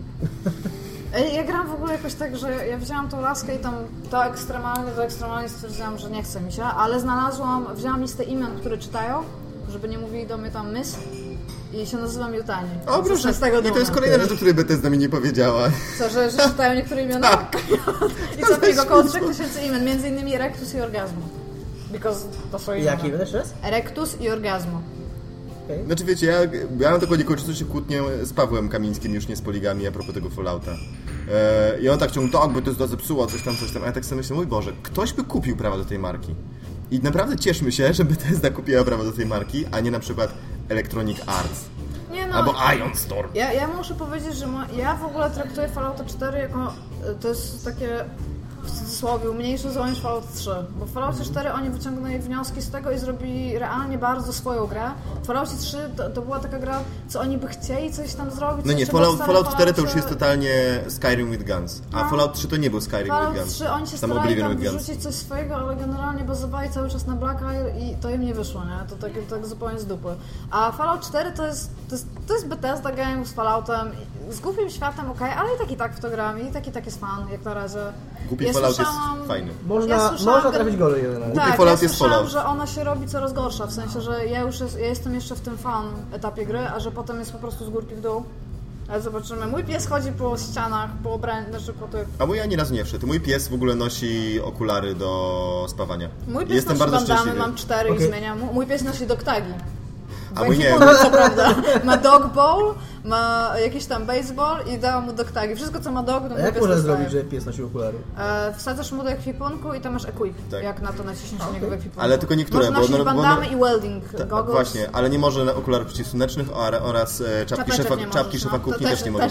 Ja gram w ogóle jakoś tak, że ja wzięłam tą laskę i tam to ekstremalnie stwierdziłam, że nie chce mi się, ale wzięłam listę imion, które czytają, żeby nie mówili do mnie tam Miss i się nazywam Jutani. O proszę, i to jest kolejna rzecz, o której Bethesda mi nie powiedziała. Co, że czytają niektóre imiona? Tak. I co takiego, około 3000 imion, między innymi Erectus i Orgazmo. Because to są imiona. Jakie jeszcze raz? Erectus i Orgazmo. Okay. Znaczy wiecie, ja mam taką niekończącą się kłótnię z Pawłem Kamińskim, już nie z Poligami, a propos tego Fallouta. I on tak ciągnął, tak, bo to jest zepsuła, coś tam. A ja tak sobie myślę, mój Boże, ktoś by kupił prawa do tej marki. I naprawdę cieszmy się, że Bethesda kupiła prawa do tej marki, a nie na przykład Electronic Arts. Nie, albo Ion Storm. Ja muszę powiedzieć, że ja w ogóle traktuję Fallouta 4 jako, to jest takie w cudzysłowie mniejszy zło niż Fallout 3, bo w Falloutie 4 oni wyciągnęli wnioski z tego i zrobili realnie bardzo swoją grę. W Falloutie 3 to była taka gra, co oni by chcieli coś tam zrobić. No nie, Fallout 4 to już jest totalnie Skyrim with Guns, a Fallout 3 to nie był Skyrim with Guns. Fallout 3 oni się starali tam wyrzucić coś swojego, ale generalnie bazowali cały czas na Blackire i to im nie wyszło, nie? To tak zupełnie z dupy. A Fallout 4 to jest Bethesda game z Falloutem, z głupim światem, ale i tak w to gram i tak jest fan, jak na razie. Głupi Fallout jest fajny. Można trafić gorzej. Tak, ja słyszałam, że ona się robi coraz gorsza, w sensie, że ja jestem jeszcze w tym fan etapie gry, a że potem jest po prostu z górki w dół. Ale zobaczymy. Mój pies chodzi po ścianach, po obręczy, po tych... A mój ani razu nie wszedł. Mój pies w ogóle nosi okulary do spawania. Mój pies nosi bandamy, mam 4 i zmieniam. Mój pies nosi doktagi. A mój nie. Co prawda. Ma dog bowl, ma jakiś tam baseball i dała mu doktagi. Wszystko, co ma dog, to jak można zrobić, że pies nosi okulary? Wsadzasz mu do ekwipunku i tam masz equip. Tak. Jak na to naciśniesz do niego w ekwipunku. Ale tylko niektóre. Można nosić bandamy i welding goggles. Właśnie, ale nie może okularów przeciwsłonecznych oraz czapki szefa kuchni też nie może.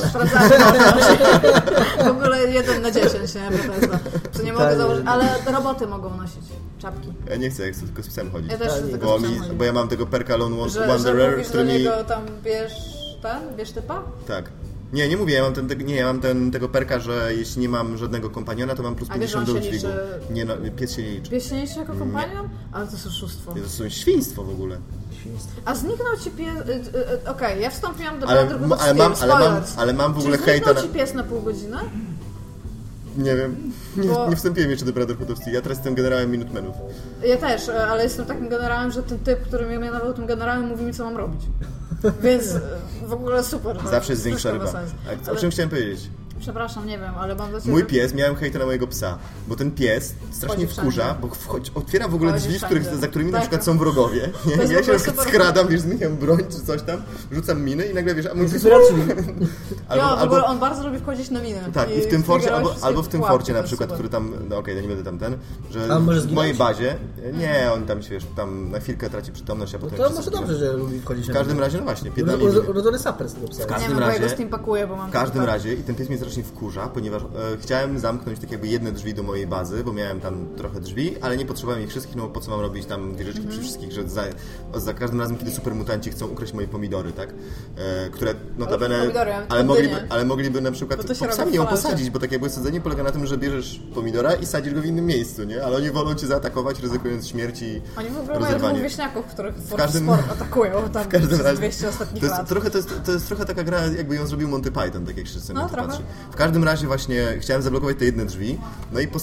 W ogóle 1 na 10, nie? Nie mogę założyć, ale roboty mogą nosić czapki. Ja nie chcę, tylko z psem chodzić. Ja też chcę bo ja mam tego Perkalon Wanderer, który mi... tam, wiesz, wiesz typa? Tak. Nie mówię, ja mam tego perka, że jeśli nie mam żadnego kompaniona, to mam plus 50 do udźwigu. Nie, no, pies się nie liczy. Pies się nie liczy jako kompanion? Ale to jest oszustwo. To jest świństwo w ogóle. A zniknął ci pies... Okej, ja wstąpiłam do Brotherhood ale mam w ogóle hejta na... ci pies na pół godziny? Nie wiem. Nie wstąpiłem jeszcze do Brotherhood of Steel. Ja teraz jestem generałem Minutemenów. Ja też, ale jestem takim generałem, że ten typ, który mnie mianował tym generałem, mówi mi, co mam robić. Więc w ogóle super. Zawsze jest większa ryba. O czym chciałem powiedzieć? Przepraszam, nie wiem, ale mam do ciebie... Mój pies, miałem hejtę na mojego psa, bo ten pies strasznie wkurza, bo otwiera w ogóle drzwi, za którymi na przykład są wrogowie. Ja się na przykład skradam, wiesz, zmieniam broń czy coś tam, rzucam miny i nagle, wiesz, a mój pies... w ogóle on bardzo lubi wchodzić na miny. Tak, i w tym forcie, albo w tym forcie na przykład, który tam, no okej, nie będę tam że w mojej bazie, nie, on tam się, wiesz, tam na chwilkę traci przytomność, a potem... To może dobrze, że lubi wchodzić na miny. W każdym razie, no właśnie, urodzony saper z tego psa. W każdym razie, i ten pies mnie strasznie wkurza, ponieważ chciałem zamknąć tak jakby jedne drzwi do mojej bazy, bo miałem tam trochę drzwi, ale nie potrzebowałem ich wszystkich, no bo po co mam robić tam wieżyczki przy wszystkich, że za każdym razem, kiedy supermutanci chcą ukraść moje pomidory, tak? Które notabene... Ale mogliby na przykład sami ją posadzić, bo takie jakby sadzenie polega na tym, że bierzesz pomidora i sadzisz go w innym miejscu, nie? Ale oni wolą cię zaatakować, ryzykując śmierć i oni w ogóle mają dwóch wieśniaków, których sport atakują tam przez 200 ostatnich lat. To jest trochę taka gra, jakby ją zrobił Monty Python, tak jak się na to patrzy. W każdym razie właśnie chciałem zablokować te jedne drzwi, no i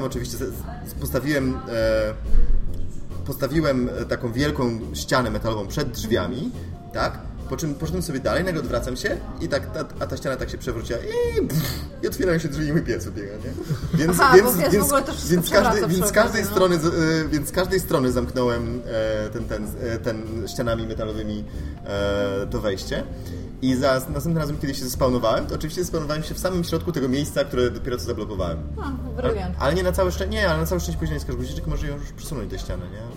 postawiłem taką wielką ścianę metalową przed drzwiami, tak? Po czym poszedłem sobie dalej, nagle odwracam się i tak, ta ściana tak się przewróciła i otwierają się drzwi i mój pies ubiega, nie? Więc z każdej strony zamknąłem ten ścianami metalowymi to wejście. I następnym razem, kiedy się zespawnowałem, to oczywiście zespawnowałem się w samym środku tego miejsca, które dopiero co zablokowałem. Ale nie na całe szczęście, ale na całe szczęście później skaż guziczek, może ją już przesunąć tę ścianę, nie?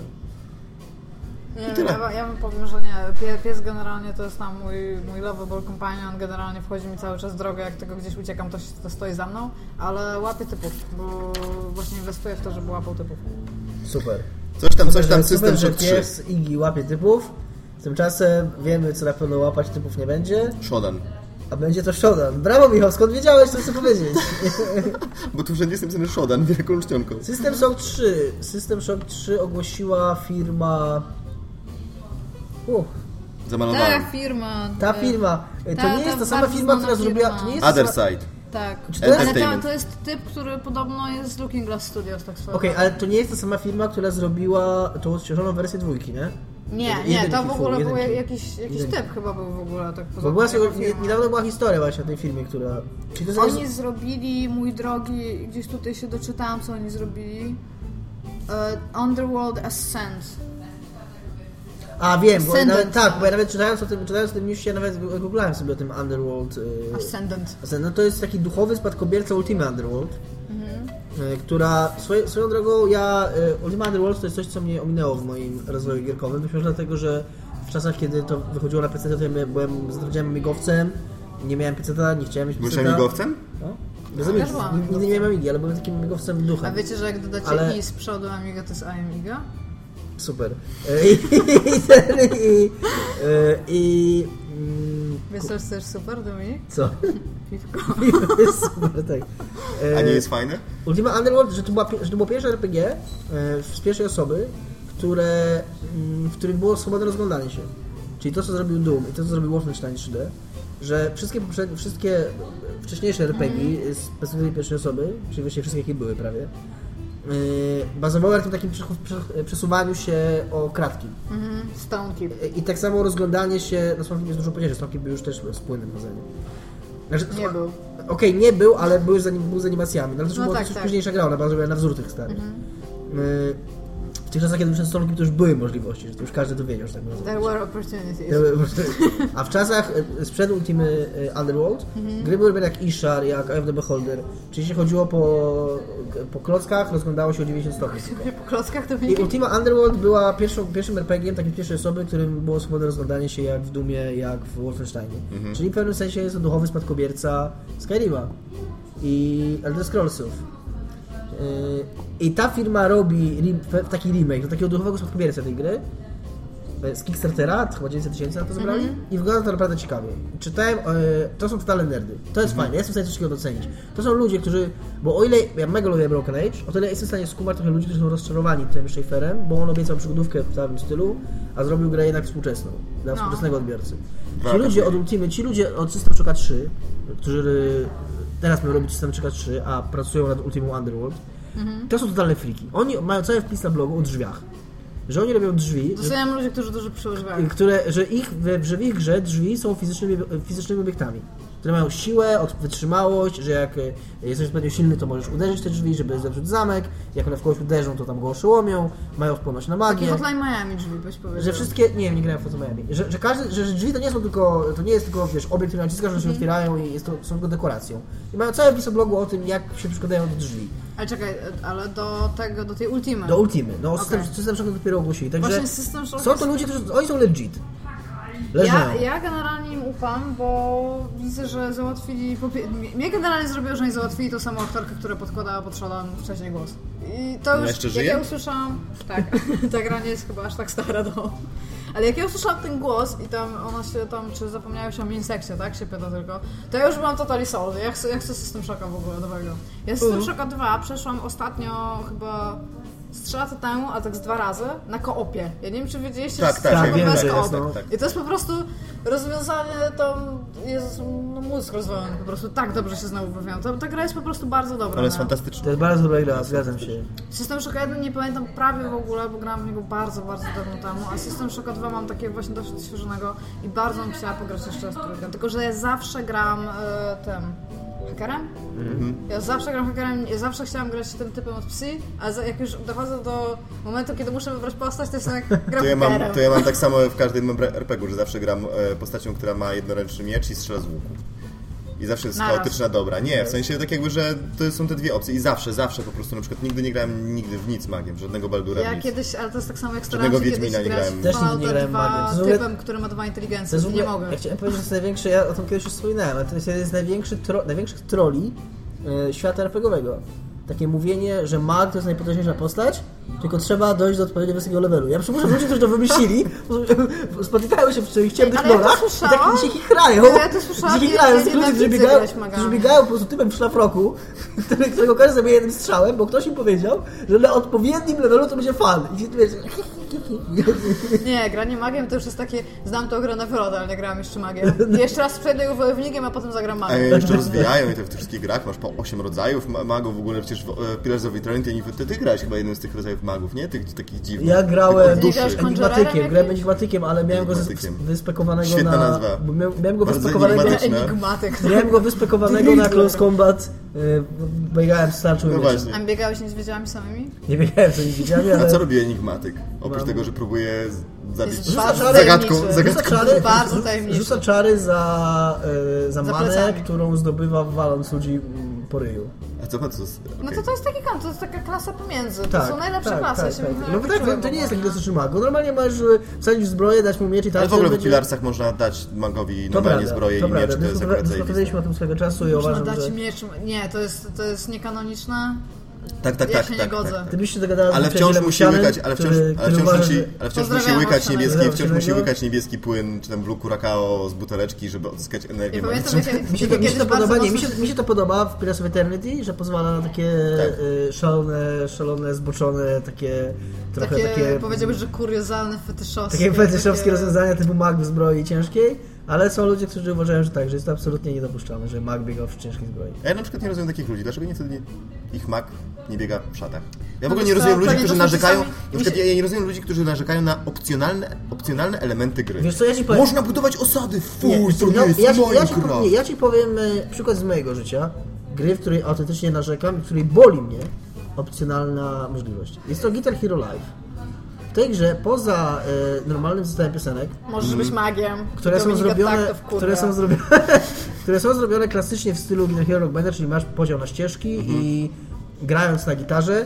Ja bym powiem, że nie. Pies generalnie to jest tam mój lovable companion, generalnie wchodzi mi cały czas w drogę, jak tego gdzieś uciekam, to stoi za mną, ale łapie typów, bo właśnie inwestuję w to, żeby łapał typów. Super. Coś tam System Shock 3. Pies Iggy łapie typów. Tymczasem wiemy, co na pewno łapać typów nie będzie. Shodan. A będzie to Shodan. Brawo, Michał, skąd wiedziałeś, co chcę powiedzieć? Bo tu wszędzie jest napisany Shodan wielką czcionką. System Shock 3 ogłosiła firma... Zamalowałem. Ta firma. To nie jest ta sama firma, która zrobiła... To nie jest Other Side. Tak. To jest typ, który podobno jest z Looking Glass Studios, tak swoją. Okej, ale to nie jest ta sama firma, która zrobiła tą odświeżoną wersję 2, nie? Nie, to w ogóle był jakiś typ chyba był w ogóle tak poza. Bo niedawno była historia właśnie o tej firmie, która... Oni zrobili, mój drogi, gdzieś tutaj się doczytałam, co oni zrobili. Underworld Ascent. A wiem, bo ja nawet czytając o tym newsie, nawet googlałem sobie o tym Underworld Ascendant. No to jest taki duchowy spadkobierca Ultima Underworld, która swoją drogą Ultima Underworld to jest coś, co mnie ominęło w moim rozwoju gierkowym. Być może dlatego, że w czasach, kiedy to wychodziło na PC, to ja byłem zatrudnianym migowcem, nie miałem PC-ta, nie chciałem mieć PC-ta. Byłeś migowcem? No. Bez Amigi. Nigdy nie miałem Amigi, ale byłem takim migowcem duchem. A wiecie, że jak dodacie i z przodu Amiga, to jest Amiga? Super. Wiesz, co jest super, Dominik? Co? Piwko. Jest super, tak. A nie jest fajne? Ultima Underworld, że to było pierwsze RPG z pierwszej osoby, w których było swobodne rozglądanie się. Czyli to, co zrobił Doom i to, co zrobił Wolfenstein 3D, że wszystkie wcześniejsze RPG z perspektywy pierwszej osoby, czyli właściwie wszystkie, jakie były prawie, bazowały na tym takim przesuwaniu się o kratki. Stonki. I tak samo rozglądanie się, no Stonki jest dużo powiedzieć, Stonki był już też z płynnym chodzeniem. Nie był. Okej, nie był, ale był z animacjami. Ale to już była późniejsza gra, ona bazowana na wzór tych starych. W tych czasach, kiedy wyszedł Stonki, to już były możliwości, że to już każdy to wiedział, że tak można There were opportunities. A w czasach sprzed Ultimy Underworld gry były robione jak Ishar, jak Eye of the Beholder. Czyli się chodziło po klockach, rozglądało się o 90 stopni. Po klockach to I Ultima Underworld była pierwszym RPG-iem takiej pierwszej osoby, którym było swobodne rozglądanie się jak w Doomie, jak w Wolfensteinie. Czyli w pewnym sensie jest to duchowy spadkobierca Skyrima i Elder Scrollsów. I ta firma robi taki remake do takiego duchowego spadkobiercy tej gry z Kickstartera, chyba 900 000 na to zebrali i wygląda to naprawdę ciekawie. Czytałem, to są totalne nerdy. To jest fajne, jestem w stanie coś takiego docenić. To są ludzie, którzy, bo o ile ja mega lubię Broken Age, o tyle jestem w stanie skumać trochę ludzi, którzy są rozczarowani tym Schaeferem, bo on obiecał przygodówkę w całym stylu, a zrobił grę jednak współczesną, dla współczesnego odbiorcy. Ci ludzie od Ultimy, ci ludzie od System Shocka 3, którzy teraz mają robić System Shocka 3, a pracują nad Ultimum Underworld, to są totalne friki. Oni mają cały wpis na blogu o drzwiach. Że oni robią drzwi. Doceniam ludzi, którzy dużo przeżywają. Że w ich grze drzwi są fizycznymi obiektami, które mają siłę, wytrzymałość, że jak jesteś odpowiednio silny, to możesz uderzyć te drzwi, żeby zepsuć zamek. Jak one w kogoś uderzą, to tam go oszołomią. Mają wpłynąć na magię. Takie Hotline Miami drzwi, byś powiedział. Że wszystkie... Nie grałem w Hotline Miami. Że drzwi to nie są tylko... To nie jest tylko, wiesz, obiekt, który naciskasz, że się otwierają i są tylko dekoracją. I mają cały wpis o blogu o tym, jak się przykładają do drzwi. Ale czekaj, ale do tej Ultimy. Do Ultimy. No, System Shock dopiero ogłosili. Także są to ludzie, którzy... Oni są legit. Ja generalnie im ufam, bo widzę, że załatwili... Mnie generalnie zrobiło, że oni załatwili tą samą aktorkę, która podkładała pod Shodan wcześniej głos. I to już, jeszcze jak żyje? ja usłyszałam... Tak, ta gra nie jest chyba aż tak stara Ale jak ja usłyszałam ten głos i tam ona się tam, czy zapomniałeś o Minseksie, tak? Się pyta tylko. To ja już byłam totally sold. Ja chcę System Shocka w ogóle nowego. Ja System Shocka 2 przeszłam ostatnio chyba... z 3 lata temu, a tak z 2 razy, na koopie. Ja nie wiem, czy wiedzieliście, że wiem, że jest, I to jest po prostu rozwiązanie, to jest mózg rozwojony, po prostu tak dobrze się znowu bawiłam. Ta gra jest po prostu bardzo dobra. Ale jest fantastyczna. To jest bardzo dobra gra, zgadzam się. System Shocka 1 nie pamiętam prawie w ogóle, bo grałam w niego bardzo, bardzo dawno temu, a System Shocka 2 mam takiego właśnie dość odświeżonego i bardzo bym chciała pograć jeszcze raz w trójkę. Tylko że ja zawsze gram hakerem? Ja zawsze gram hakerem, ja zawsze chciałam grać tym typem od psy, a jak już dochodzę do momentu, kiedy muszę wybrać postać, to jestem jak gram hakerem. To ja mam tak samo w każdym RPG-u, że zawsze gram postacią, która ma jednoręczny miecz i strzela z łuku. I zawsze jest chaotyczna dobra. Nie, w sensie tak jakby, że to są te dwie opcje i zawsze po prostu na przykład nigdy nie grałem w nic magiem, żadnego Baldura ja nic. Kiedyś, ale to jest tak samo jak starałem się kiedyś grać w Fallouta 2 typem, który ma 2 inteligencje i nie mogę. Ja chciałem powiedzieć, że to jest największy, ja o tym kiedyś już wspominałem, ale to jest jeden z największych trolli świata RPGowego. Takie mówienie, że mag to jest najpotężniejsza postać, tylko trzeba dojść do odpowiednio wysokiego levelu. Ja przypuszczam, że ludzie, którzy to wymyślili, spotykają się w swoich ciemnych norach i tak się chichrają. Ja to słyszałam, ludzie, którzy biegają po prostu typem w szlafroku, którego każdy zabije jednym strzałem, bo ktoś im powiedział, że na odpowiednim levelu to będzie fan. I wiesz, nie, granie magiem to już jest takie, znam tą grę na wyrodę, ale nie grałam jeszcze magiem. I jeszcze raz przejdę wojownikiem, a potem zagram magiem. Jeszcze rozwijają i to w tych wszystkich grach masz po 8 rodzajów magów, w ogóle przecież w Pillars of Eternity ty grałeś chyba jednym z tych rodzajów magów, nie? Tych takich dziwnych. Ja grałem enigmatykiem, ale miałem go wyspekowanego Świetna nazwa. Miałem go wyspekowanego na Close Combat. Biegałem z tarczą. No właśnie. A biegałeś niedźwiedziami samymi? Nie biegałem z niedźwiedziami, ale... A co robi enigmatyk? Oprócz tego, że próbuje zabić zagadką. Bardzo tajemniczy. Rzuca czary za manę, którą zdobywa waląc ludzi po ryju. A co ma to? No to jest taki to jest taka klasa pomiędzy. To są najlepsze klasy. To nie jest taki klasyczny mag. Normalnie możesz wsadzić w zbroję, dać mu miecz i tak. Ale w ogóle w Pillarsach można dać magowi normalnie zbroję i miecz. To jest akurat rozmawialiśmy o tym swego czasu i uważam, że... Można dać miecz... Nie, to jest niekanoniczne. Tak. Ja się nie godzę. Ty byś się dogadała, ale wciąż musi łykać, ale wciąż musi łykać niebieski płyn, czy tam blue curacao z buteleczki, żeby odzyskać energię. Mi się to podoba w Pillars of Eternity, że pozwala na takie szalone, zboczone, takie trochę takie... Powiedziałbyś, że kuriozalne, fetyszowskie. Takie fetyszowskie rozwiązania typu mag w zbroi ciężkiej. Ale są ludzie, którzy uważają, że tak, że jest to absolutnie niedopuszczalne, że mag biegał w ciężkiej zbroi. Ja na przykład nie rozumiem takich ludzi. Dlaczego ich mag nie biega w szatach? Ja w ogóle nie rozumiem ludzi, którzy narzekają... Na przykład ja nie rozumiem ludzi, którzy narzekają na opcjonalne elementy gry. Wiesz co, ja ci powiem... Można budować osady! Ja ci powiem przykład z mojego życia. Gry, w której autentycznie narzekam i w której boli mnie opcjonalna możliwość. Jest to Guitar Hero Live. W tej grze, poza normalnym zestawem piosenek, możesz być magiem, które są zrobione klasycznie w stylu Guitar Hero Rock Band, czyli masz podział na ścieżki i grając na gitarze,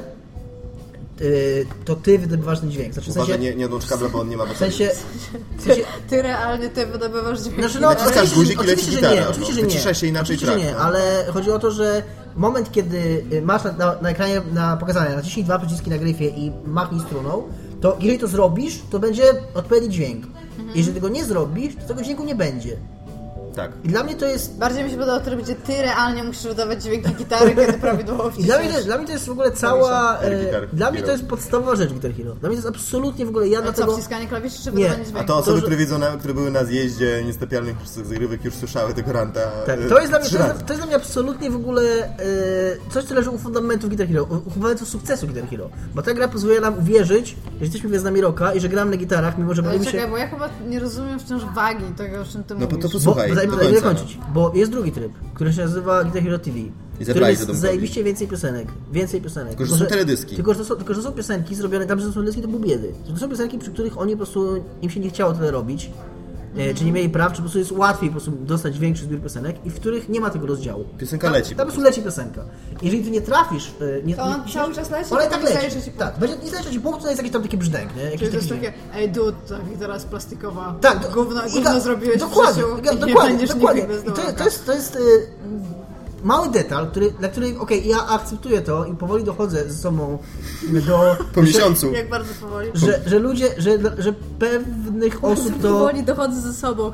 to ty wydobywasz ten dźwięk. Znaczy, uważaj, nie odłącz kabla, bo on nie ma baterii. Ty realnie wydobywasz dźwięk. Znaczy, naciskasz guzik i leci gitara. Oczywiście, że nie. Wycisza się inaczej track. Nie, ale chodzi o to, że moment, kiedy masz na ekranie na pokazanie, naciśnij 2 przyciski na gryfie i machnij struną, to jeżeli to zrobisz, to będzie odpowiedni dźwięk. Jeżeli tego nie zrobisz, to tego dźwięku nie będzie. Tak. I dla mnie to jest... Bardziej mi się podoba tryb, gdzie ty realnie musisz wydawać dźwięki gitary, kiedy prawidłowo wciśniesz. I dla mnie to jest w ogóle cała... dla mnie to jest podstawowa rzecz Guitar Hero. Dla mnie to jest absolutnie w ogóle... Ja co, wciskanie klawiszy czy wydawanie dźwięku? A to osoby, które były na zjeździe niestapialnych zagrywek, już słyszały tego ranta. Tak, to jest dla mnie absolutnie w ogóle coś, co leży u fundamentów Guitar Hero, u fundamentów sukcesu Guitar Hero. Bo ta gra pozwala nam uwierzyć, że jesteśmy gwiazdami rocka i że gramy na gitarach, mimo że boimy się... bo ja chyba nie rozumiem wciąż wagi tego, o czym ty mówisz. No to posłuchaj. Nie kończyć, bo jest drugi tryb, który się nazywa Guitar Hero TV. Który jest zajebiście więcej piosenek. Tylko, że są teledyski. Tylko, że są piosenki zrobione, tam, że są teledyski, to był biedy. To są piosenki, przy których oni po prostu, im się nie chciało tyle robić, czy nie mieli praw, czy po prostu jest łatwiej po prostu dostać większy zbiór piosenek i w których nie ma tego rozdziału. Piosenka leci. Tam po prostu leci piosenka. Jeżeli ty nie trafisz... to on cały czas leci? Ale tak leci. Tak, będzie nie zależy ci punktu, to jest jakiś tam taki brzdęk, nie? Czyli to jest takie, ej dude, ta gitara jest plastikowa. Tak, gówno zrobiłeś dokładnie, w życiu dokładnie. I to jest mały detal, dla którego, ja akceptuję to i powoli dochodzę ze sobą do... Po miesiącu. Jak bardzo powoli. Że ludzie, że pewnych osób to... Powoli dochodzę ze sobą.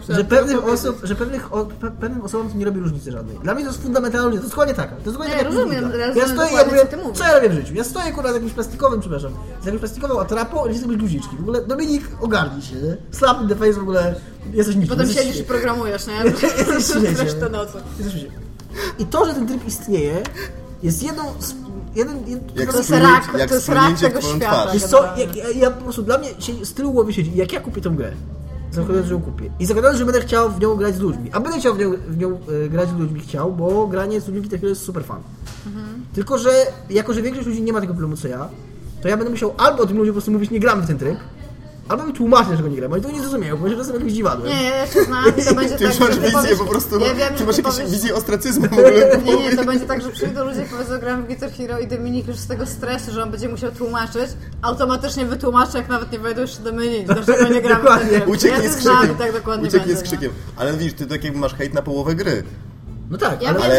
Pewnym osobom to nie robi różnicy żadnej. Dla mnie to jest fundamentalna różnica, to jest dokładnie taka. Ja rozumiem, ja stoję i ja mówię, co ja robię w życiu? Ja stoję kurwa z jakimś plastikowym, z jakąś plastikową atrapą i z jakimiś guziczki. W ogóle Dominik, ogarnij się, nie? Slap in the face w ogóle, jesteś niczym. Potem siedzisz i programujesz, nie? Jesteś te noce. I to, że ten tryb istnieje, jest jedną z... To jest rak tego świata. Wiesz co, ja po prostu, dla mnie z tyłu głowy siedzi, jak ja kupię tę grę, zakładając, że ją kupię, i zakładając, że będę chciał w nią grać z ludźmi, a będę chciał w nią grać z ludźmi, bo granie z ludźmi takiego jest super fan. Tylko, że jako, że większość ludzi nie ma tego problemu co ja, to ja będę musiał albo o tym ludziom po prostu mówić, nie gramy w ten tryb, albo mi tłumaczyć, że go nie gramy. Oni to nie zrozumieją, bo że są jakimś dziwadłem. Nie, ja jeszcze znam i to będzie ty tak, masz wizję po prostu, ty masz jakąś wizję ostracyzmu w ogóle. Nie, to będzie tak, że przyjdą ludzie i powiedzą, gramy w Guitar Hero i Dominik już z tego stresu, że on będzie musiał tłumaczyć, automatycznie wytłumaczy, jak nawet nie wejdą jeszcze do menu, dlaczego nie gramy w ten tryb. Ucieknie z krzykiem. Tak dokładnie Ucieknie z krzykiem. Ale widzisz, ty tak jakby masz hejt na połowę gry. No tak,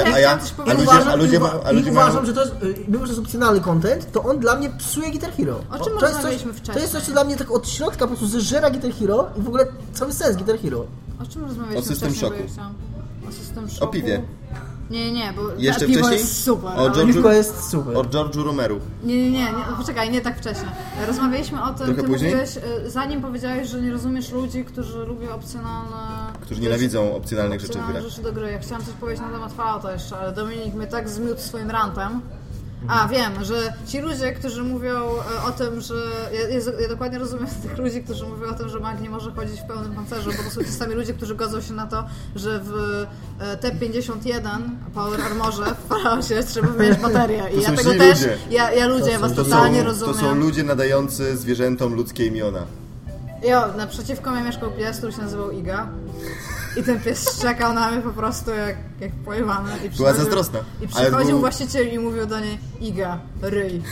uważam, że to jest, mimo że jest opcjonalny content, to on dla mnie psuje Guitar Hero. O czym rozmawialiśmy wcześniej? To jest coś, co dla mnie tak od środka po prostu zeżera Guitar Hero i w ogóle cały sens Guitar Hero. O czym rozmawialiśmy wcześniej? O System Shocku. O piwie. Nie, bo jeszcze piwo wcześniej? jest super. Piwo jest super. O George'u Romeru. Nie, poczekaj, nie tak wcześnie. Rozmawialiśmy o tym, trochę później? Mówiłeś, zanim powiedziałeś, że nie rozumiesz ludzi, którzy lubią opcjonalne... Którzy nienawidzą opcjonalnych rzeczy w grach. Rzeczy do gry. Ja chciałam coś powiedzieć na temat Fallouta jeszcze, ale Dominik mnie tak zmiótł swoim rantem. Wiem, że ci ludzie, którzy mówią o tym, że... Ja dokładnie rozumiem tych ludzi, którzy mówią o tym, że mag nie może chodzić w pełnym pancerzu, bo to są ci sami ludzie, którzy godzą się na to, że w T-51 Power Armorze w Falloutie trzeba wymieniać baterię. I ja tego też... Ja ludzie, was totalnie rozumiem. To są ludzie nadający zwierzętom ludzkie imiona. Naprzeciwko mnie mieszkał pies, który się nazywał Iga. I ten pies szczekał na mnie po prostu jak pojebany. Była zazdrosna. I przychodził właściciel i mówił do niej: Iga, ryj.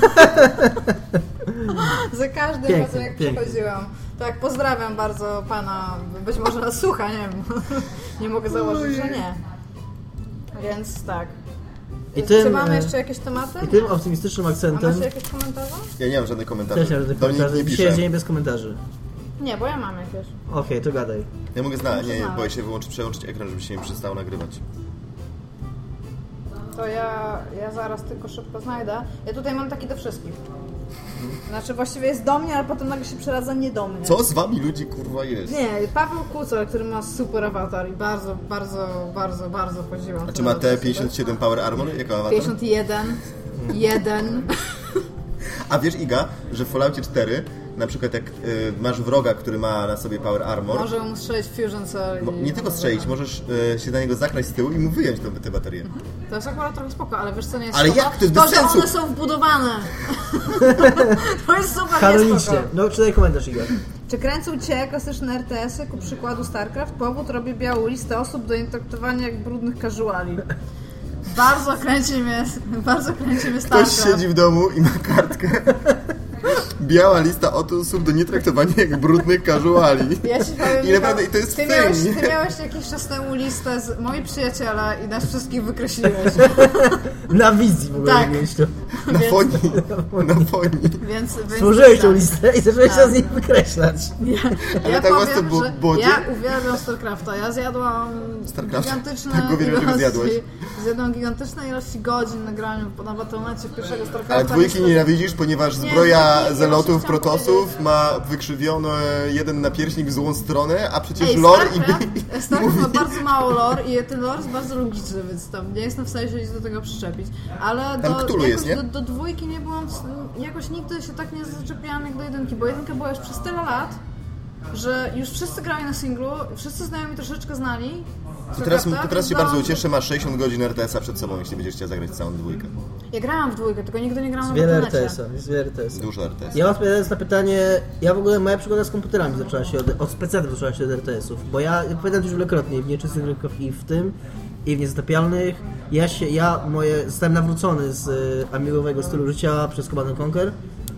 Za każdym razem jak przychodziłam. Tak, pozdrawiam bardzo pana. Być może nas słucha, nie wiem. Nie mogę założyć, że nie. Więc tak. Czy mamy jeszcze jakieś tematy? I tym optymistycznym akcentem... A macie jakieś komentarze? Ja nie mam żadnych komentarzy. Też nie mam żadnych komentarzy. Dzisiaj jest dzień bez komentarzy. Nie, bo ja mam jakieś. Okej, to gadaj. Ja mogę boję się przełączyć ekran, żeby się nie przestało nagrywać. To ja zaraz tylko szybko znajdę. Ja tutaj mam taki do wszystkich. Znaczy właściwie jest do mnie, ale potem nagle się przeradza nie do mnie. Co z wami ludzi kurwa jest? Nie, Paweł Kucel, który ma super awatar i bardzo, bardzo, bardzo, bardzo podziwiam. A czy ma T-57 Power Armor? Jaka awatar? 51. A wiesz, Iga, że w Falloutie 4 na przykład jak masz wroga, który ma na sobie Power Armor... Może mu strzelić Fusion Cell nie tylko strzelić, możesz się na niego zakraść z tyłu i mu wyjąć tę baterię. To jest akurat trochę spoko, ale wiesz co nie jest ale spoko? Jak? To jest to, bez sensu. że one są wbudowane. To jest super, kanonicznie. No, czytaj komentarz, Igor. Czy kręcą Cię klasyczne RTS-y, ku przykładu StarCraft? Powód robię białą listę osób do intraktowania jak brudnych casuali. Bardzo kręci mnie StarCraft. Ktoś siedzi w domu i ma kartkę. Biała lista osób do nietraktowania jak brudnych casuali. Ja ci powiem, i naprawdę to jest ty miałeś jakiś czas temu listę z moi przyjaciele i nas wszystkich wykreśliłeś. Na wizji w ogóle tak. mieć to. Na foni. Więc stworzyłeś tą listę i zacząłeś się z nich wykreślać. Ja powiem, ja uwielbiam StarCrafta. Ja zjadłam gigantyczne ilości godzin na graniu na Battle.necie w pierwszego StarCrafta. Ale dwójki nienawidzisz, ponieważ zbroja zelotów, protosów ma wykrzywiony jeden napierśnik w złą stronę, a przecież lore StarCraft ma bardzo mało lore i ten lore jest bardzo logiczny, więc tam nie jestem w stanie się do tego przyczepić. Ale do dwójki nie byłam, jakoś nigdy się tak nie zaczepiałam jak do jedynki, bo jedynka była już przez tyle lat, że już wszyscy grali na singlu, wszyscy znajomi troszeczkę znali. To teraz się bardzo ucieszę, masz 60 godzin RTS-a przed sobą, jeśli będziesz chciał zagrać całą dwójkę. Ja grałam w dwójkę, tylko nigdy nie grałam na wiele RTS-a. Dużo RTS. Ja odpowiadając na pytanie, moja przygoda z komputerami zaczęła się od PC-ów zaczęła się od RTS-ów, bo ja pamiętam już wielokrotnie w nieczystych rynkach i w tym, i w niezatapialnych. Zostałem nawrócony z amigowego stylu życia przez Command & Conquer.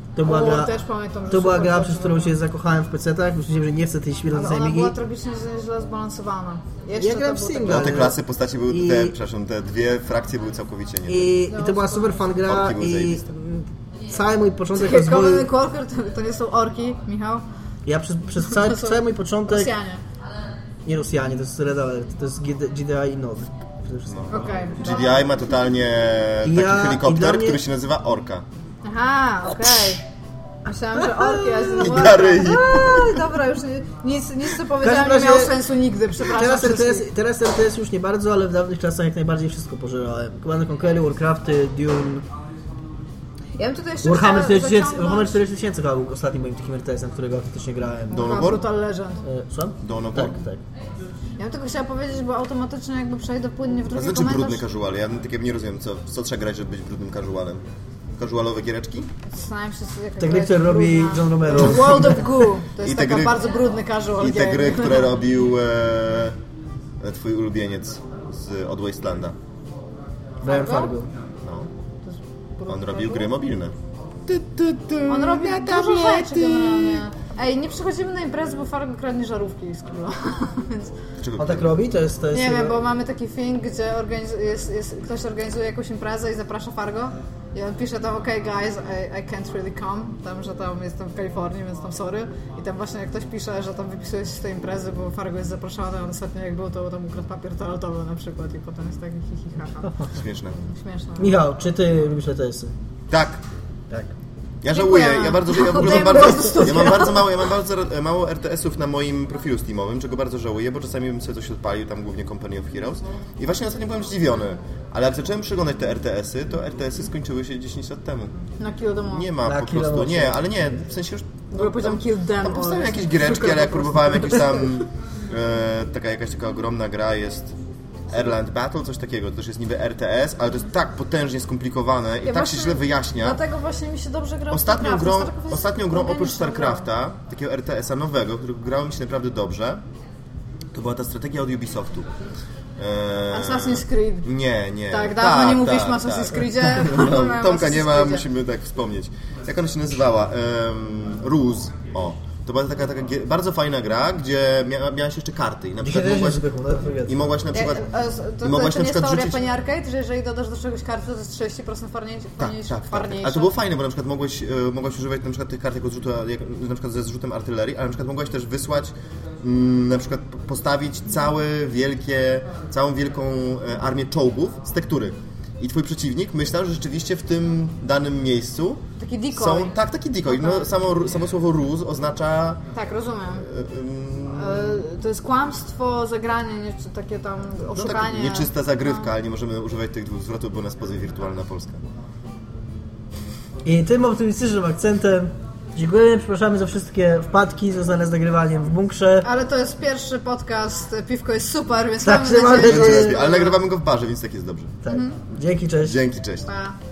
To była gra, przez którą się zakochałem w PC-tach. Myślałem, że nie chcę tej śmierdzącej amigi. Ona była tragicznie źle zbalansowana. Ja grałem w single. No te klasy postaci były, te dwie frakcje były całkowicie nie. I to była super fan gra i cały mój początek rozwoju... Command & Conquer to nie są orki, Michał? Ja przez cały mój początek... Rosjanie. Nie Rosjanie, to jest Red Alert, to jest GDI i NOD. GDI ma totalnie taki helikopter, który się nazywa Orka. Aha, okej. Myślałam, że orki, dobra, już nic co powiedziałam nie miało sensu nigdy, przepraszam. Teraz RTS już nie bardzo, ale w dawnych czasach jak najbardziej wszystko pożerałem. Command & Conquer, Warcrafty, Dune... Ja bym tutaj jeszcze Warhammer 40 000 chyba był ostatnim moim takim RTS-em, którego faktycznie grałem. Brutal Legend. Co? Tak. Ja bym tylko chciała powiedzieć, bo automatycznie jakby przejdę płynnie w drugi komentarz. Znaczy brudny casual? Ja nie rozumiem, co trzeba grać, żeby być brudnym casualem. Casualowe giereczki? Zastanawiam się, te gry, które robi John Romero. World of Goo. To jest taka bardzo brudny casual. I te gry, które robił twój ulubieniec od Wastelanda. Brian Fargo. No. On robił gry mobilne. On robi dużo rzeczy generalnie. Ej, nie przychodzimy na imprezę, bo Fargo kradnie żarówki z kibla. On tak robi? To jest nie wiem, bo mamy taki thing, gdzie ktoś organizuje jakąś imprezę i zaprasza Fargo i on pisze tam, okay guys, I can't really come, tam, że tam jestem w Kalifornii, więc tam sorry. I tam właśnie jak ktoś pisze, że tam wypisuje się z tej imprezy, bo Fargo jest zaproszony, a on ostatnio jak był, to tam ukradł papier toaletowy na przykład i potem jest taki hihihaha. Śmieszne. Michał, czy ty lubisz RTS-y? Tak. Ja żałuję, ja mam bardzo mało RTS-ów na moim profilu Steamowym, czego bardzo żałuję, bo czasami bym sobie coś odpalił, tam głównie Company of Heroes. I właśnie ostatnio byłem zdziwiony, ale jak zacząłem przeglądać te RTS-y, to RTS-y skończyły się 10 lat temu. Na Kill Them All. Nie ma po prostu, nie, w sensie już... powiedziałem Kill Them All. Tam powstały jakieś giereczki, ale jak próbowałem jakieś tam... jakaś taka ogromna gra jest... Airland Battle, coś takiego, to też jest niby RTS, ale to jest tak potężnie skomplikowane i tak się źle wyjaśnia. Dlatego właśnie mi się dobrze gra Ostatnią grą oprócz StarCrafta, takiego RTS-a nowego, którego grało mi się naprawdę dobrze, to była ta strategia od Ubisoftu. Assassin's Creed. Nie. Tak, dawno nie mówiliśmy o Assassin's Creedzie. Tomka nie ma, musimy tak wspomnieć. Jak ona się nazywała? Ruse. To była taka bardzo fajna gra, gdzie miałaś jeszcze karty i na przykład mogłaś na przykład to nie jest teoria Penny Arcade, że jeżeli dodasz do czegoś karty, to jest 30% farniejsze. Ale to było fajne, bo na przykład mogłaś używać na przykład tych kartek od rzutu, na przykład ze zrzutem artylerii, ale na przykład mogłaś też wysłać, na przykład postawić całą wielką armię czołgów z tektury. I twój przeciwnik myślał, że rzeczywiście w tym danym miejscu taki decoy. Taki decoy. No, samo słowo ruse oznacza... Tak, rozumiem. To jest kłamstwo, zagranie, takie tam oszukanie. No, nieczysta zagrywka, ale nie możemy używać tych dwóch zwrotów, bo u nas powie wirtualna Polska. I tym optymistycznym akcentem dziękujemy, przepraszamy za wszystkie wpadki związane z nagrywaniem w bunkrze. Ale to jest pierwszy podcast, piwko jest super, więc tak, mamy nadzieję, ale nagrywamy go w barze, więc tak jest dobrze. Tak. Dzięki, cześć. Dzięki, cześć. Pa.